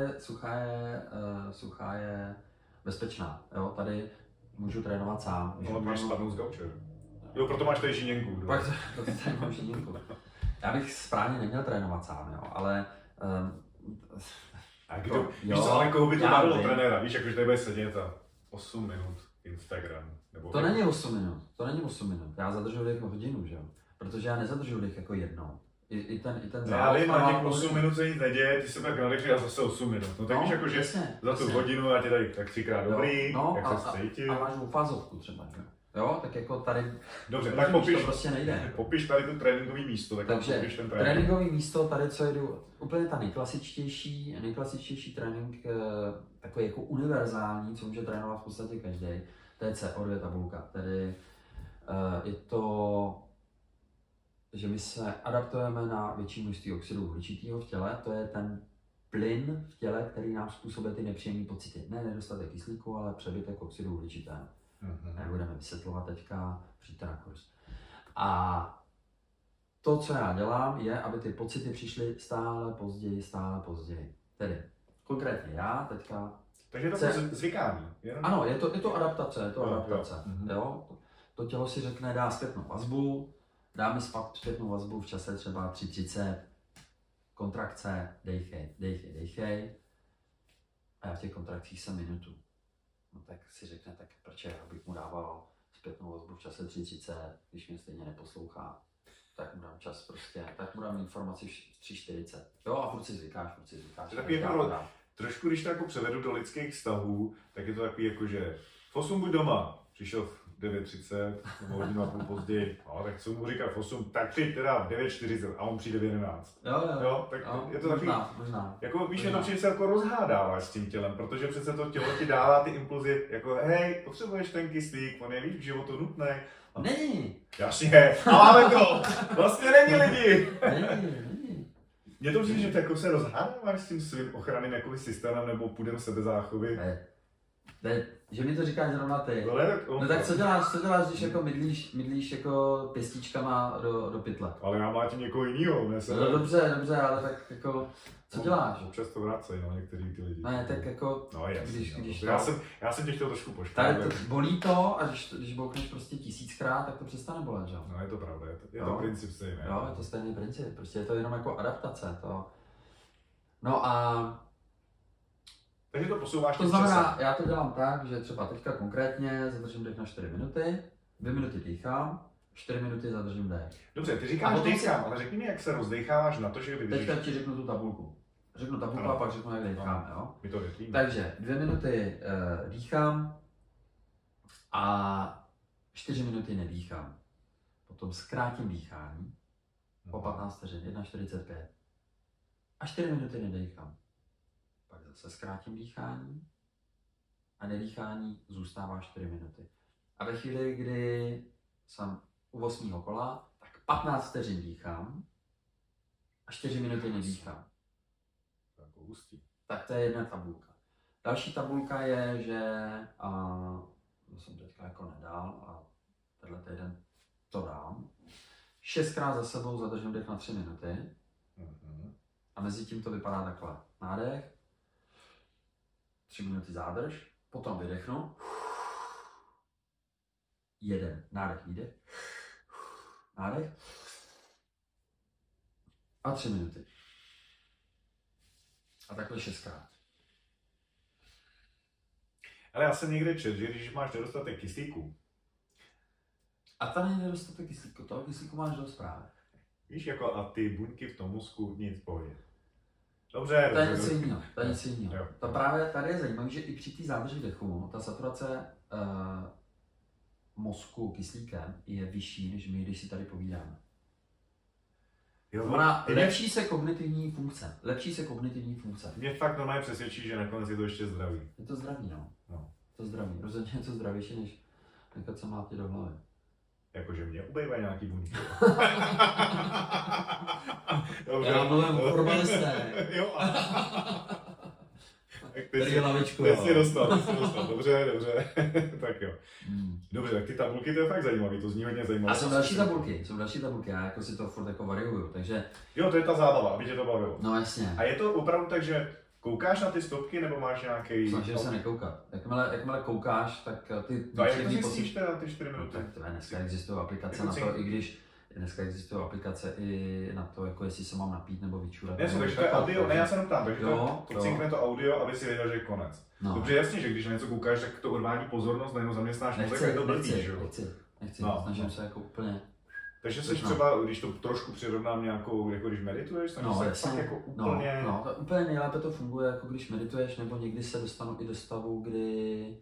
suchá je bezpečná. Jo, tady můžu trénovat sám. Ale můžeš spadnout z gauče. Jo, proto máš tady žíněnku. Proto tady mám žíněnku. Já bych správně neměl trénovat sám, jo, ale... A kdo, víš co, ale koho by to bavilo trenéra, víš, jakože tady bude sedět a 8 minut Instagram, nebo... To není 8 minut, já zadržuju dech hodinu, že jo, protože já nezadržuju dech jako jednou, I ten Já závod vím, tam ale má těch 8 minut se nic neděje, ty se pak nadechli a zase 8 minut. No tak víš, jako, že za tu hodinu a tě tady tak 3krát dobrý, jak se cítil. A máš fázovku třeba, jo, tak jako tady, dobře, tak popiš, to prostě nejde. Popiš tady to tréninkový místo, tak takže popiš ten tréninkový místo, tady co jedu, úplně ta nejklasičtější trénink, takový jako univerzální, co může trénovat v podstatě každý, to je CO2 tabulka, tedy je to, že my se adaptujeme na větší množství oxidu uhličitého v těle, to je ten plyn v těle, který nám způsobuje ty nepříjemné pocity. Ne nedostatek kyslíku, ale přebytek oxidu uhličitého. Nebudeme vysvětlovat teďka, přijďte na kurz. A to, co já dělám, je, aby ty pocity přišly stále později. Tedy konkrétně já teďka... Takže je to zvykání. Ano, je to adaptace, jo. To tělo si řekne, dá zpětnou vazbu, dá mi zpětnou vazbu v čase třeba 3:30, kontrakce, dejchej. A já v těch kontrakcích jsem minutu. No tak si řekne, tak proč já bych mu dával zpětnou vazbu v čase 3:30, když mě stejně neposlouchá. Tak mu dám čas prostě, tak mu dám informaci v 3:40. Jo, a furt si zvykáš. Trošku, když to jako převedu do lidských vztahů, tak je to takový jako, že v 8 buď doma, přišel v 9:30, nebo hodinu a půl později, no, tak co mu říkat v 8, tak přijď teda v 9:40 a on přijde v 11. Jo, tak jo, je to takový, možná. Jako víš, je to přijde se jako rozhádáváš s tím tělem, protože přece to tělo ti dává ty impulzy, jako hej, potřebuješ ten kyslík, on je víš v životu nutný. Není. Jasně, máme to, vlastně není lidi. Není. Mně to přijde, že ty jako se rozhádáváš s tím svým ochranným jakoby systémem nebo půdem sebezáchovy. Ne, že mi to říkáš zrovna ty. No tak co děláš, když jako mydlíš jako pěstičkama do pytle? Ale já mlátím někoho jinýho, ne se. No dobře, ale tak jako, co děláš? Občas to vracejí, no, některý ty lidi. Ne, tak jako, no, jasný, když no. Já jsem tě chtěl trošku pošťávat. Tady to bolí to a když boukneš prostě 1000krát, tak to přestane bolet, že? No je to pravda, je to princip stejný. Jo, je to stejný princip, prostě je to jenom jako adaptace, to. No a... Takže to posouváš to znamená, já to dělám tak, že třeba teďka konkrétně zadržím dech na 4 minuty, 2 minuty dýchám, 4 minuty zadržím dech. Dobře, ty říkáš dýchám, ale řekni mi, jak se rozdecháváš na to, že vydržíš. Teďka ti řeknu tu tabulku. Řeknu tabulku a pak řeknu, jak dýchám, jo? My to větlíme. Takže 2 minuty dýchám a 4 minuty nedýchám. Potom zkrátím dýchání po 15 vteřin, 1,45. A 4 minuty nedýchám. Pak zase zkrátím dýchání a nedýchání zůstává 4 minuty. A ve chvíli, kdy jsem u 8. kola, tak 15 vteřin dýchám a 4 minuty nedýchám. Tak to je jedna tabulka. Další tabulka je, že to jsem teďka jako nedal a tenhle týden to dám. 6krát za sebou zadržím dech na 3 minuty. A mezi tím to vypadá takhle. Nádech, 3 minuty zádrž, potom vydechnu. 1, nádech, výdech, nádech a 3 minuty. A takhle 6krát. Ale já jsem někde četl, že když máš nedostatek kyslíku. A tady je nedostatek kyslíku, toho kyslíku máš dost právě. Víš, jako a ty buňky v tom mozku nic pohodě. Dobře. To je něco jiného. To právě tady je zajímavé, že i při té zádrži dechu, ta saturace mozku kyslíkem je vyšší, než my, když si tady povídáme. Lepší se kognitivní funkce. Mě fakt normálně přesvědčí, že nakonec je to ještě zdravý. Je to zdravý, no. To zdraví. Rozhodně je to zdravější, než nechat se mlátit do hlavy. Jakože mě ubejvají nějaký buňky. Já mluvím o fotbalisté. Jo. Tady hlavičku, teď jsi dostal. Dobře. Tak jo. Dobře, tak ty tabulky, to je fakt zajímavý, to zní hodně zajímavé. A jsou další tabulky, já jako si to furt jako variuju, takže... Jo, to je ta zábava, aby tě to bavilo. No jasně. A je to opravdu tak, že koukáš na ty stopky, nebo máš nějaký... Snažím se nekoukat. Jakmile koukáš, tak ty... No a jak to zjistíš teda ty 4 minuty? Tak dneska existují aplikace na to, i když... Dneska existují aplikace i na to, jako jestli se mám napít nebo vyčurat. Takže to je audio, ne, já se ptám, takže to cinkne to audio, aby si věděl, že je konec. No. Dobře, jasně, že když na něco koukáš, tak to odvádí pozornost, najednou zaměstnáš mozek, je to blbý, že jo? Nechci, snažím se jako úplně... Takže jsi třeba, když to trošku přirovnám nějakou, jako když medituješ, tak no, se fakt jako úplně... No, to úplně nejlépe to funguje, jako když medituješ, nebo někdy se dostanu i do stavu, kdy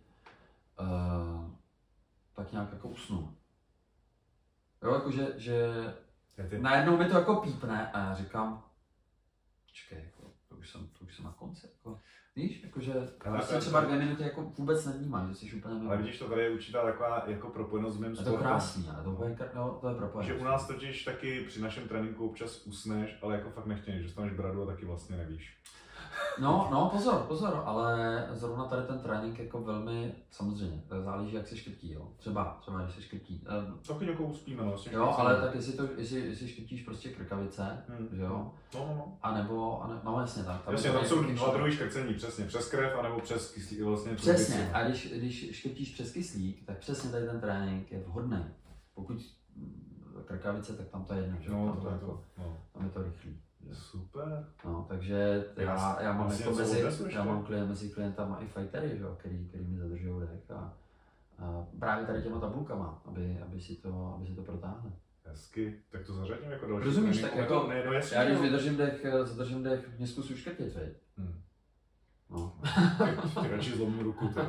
tak nějak jako usnu. Jo, jakože, že najednou mi to jako pípne a já říkám, počkej, jako, to už jsem na konci, jako, víš, jakože prostě třeba 2 minuty jako vůbec nevnímáš, že jsi úplně mimo. Ale vidíš, to tady je určitá taková jako propojenost s mým sportem. Je to krásný, ale to je propojenost. Že u nás totiž taky při našem tréninku občas usneš, ale jako fakt nechtěně, že dostaneš bradu a taky vlastně nevíš. No, pozor, ale zrovna tady ten trénink jako velmi, samozřejmě, to záleží, jak se škrtí, jo. Třeba když se škrtí. Taky někoho uspíme, no. Jo, ale tak jestli škrtíš prostě krkavice, že jo. No. A nebo, no jasně tak. Jasně, tam jsou 2 druhy škrcení, přesně, přes krev, anebo přes kyslík, vlastně. Přesně, a když škrtíš přes kyslík, tak přesně tady ten trénink je vhodný. Pokud krkavice, tak tam to je jedno, že jo. No, tam je to rychlý. Super. No, takže já mám jako mezi klientama i fightery, že, který mi zadržují dech a právě tady těma tabulkama, aby si to protáhli. Hezky, tak to zařadím jako další. Rozumíš, tak jako, já když zadržím dech, mě zkus uškrtit, veď? No. Ty radši zlomím ruku, teda.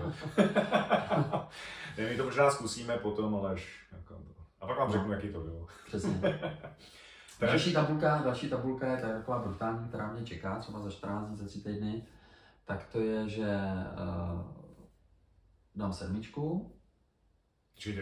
My to možná zkusíme potom, ale až jako to. A pak vám řeknu, jaký to bylo. Přesně. Další tabulka je taková brutální, která mě čeká, třeba za 14 dní, za 3 týdny. Tak to je, že dám 7. Čiže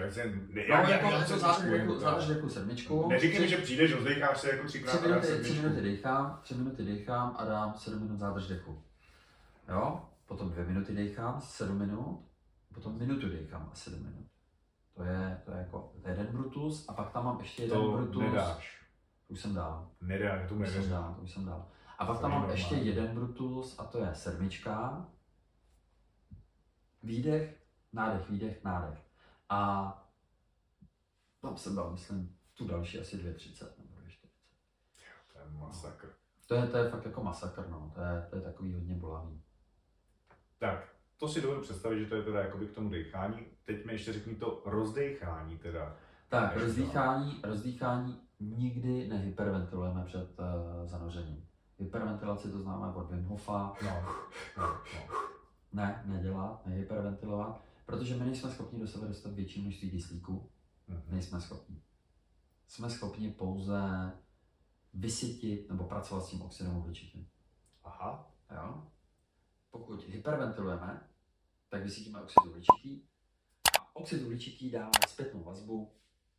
záleží jako 7. Neříkej mi, že přijdeš, rozdejcháš se jako 3krát a dám 7. 3 minuty dýchám a dám 7 minut zádrž dechu. Jo? Potom 2 minuty dýchám, 7 minut, potom minutu dýchám a 7 minut. To je jako jeden Brutus a pak tam mám ještě jeden Brutus. Nedáš. To už jsem dal. Nedá, to už jsem dal. A pak tam mám ještě jeden Brutus a to je 7. Výdech, nádech. A tam jsem dal, myslím, tu další asi 2,30 nebo 2,40. To je masakr. To je fakt jako masakr, no. To je takový hodně bolavý. Tak, to si dovedu představit, že to je teda jakoby k tomu dechání. Teď mi ještě řekni to rozdechání teda. Tak, rozdýchání nikdy nehyperventilujeme před zanořením. Hyperventilaci to známe od Wim Hofa. No. Ne, nedělat, nehyperventilovat, protože my nejsme schopni do sebe dostat větší množství kyslíku. Nejsme schopni. Jsme schopni pouze vysytit nebo pracovat s tím oxidem uhličitým. Aha. Jo? Pokud hyperventilujeme, tak vysytíme oxid uhličitý a oxid uhličitý dá zpětnou vazbu,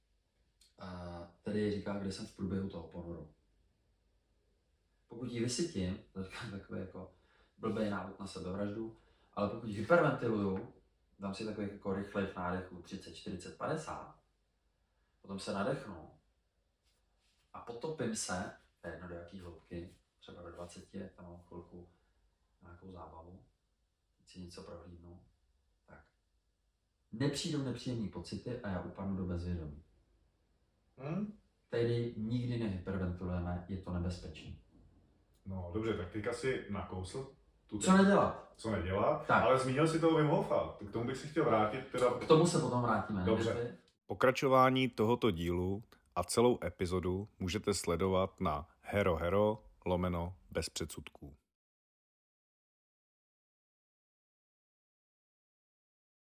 tedy říká, kde jsem v průběhu toho ponoru. Pokud ji vysytím, to je takový jako blbý návod na sebevraždu, ale pokud hyperventiluju, dám si takový jako rychlej v nádechu 30, 40, 50, potom se nadechnu a potopím se, to je jedno do jaký hloubky, třeba do 20, jak tam mám chvilku nějakou zábavu, teď si něco prohlídnu, tak nepřijdou nepříjemné pocity a já upadnu do bezvědomí. Tedy nikdy nehyperventilujeme, je to nebezpečné. No dobře, tak teďka si nakousl. Co nedělat, tak. Ale zmínil si toho Wim Hofa, k tomu bych si chtěl vrátit. K tomu se potom vrátíme. Dobře. Pokračování tohoto dílu a celou epizodu můžete sledovat na herohero/bez předsudků.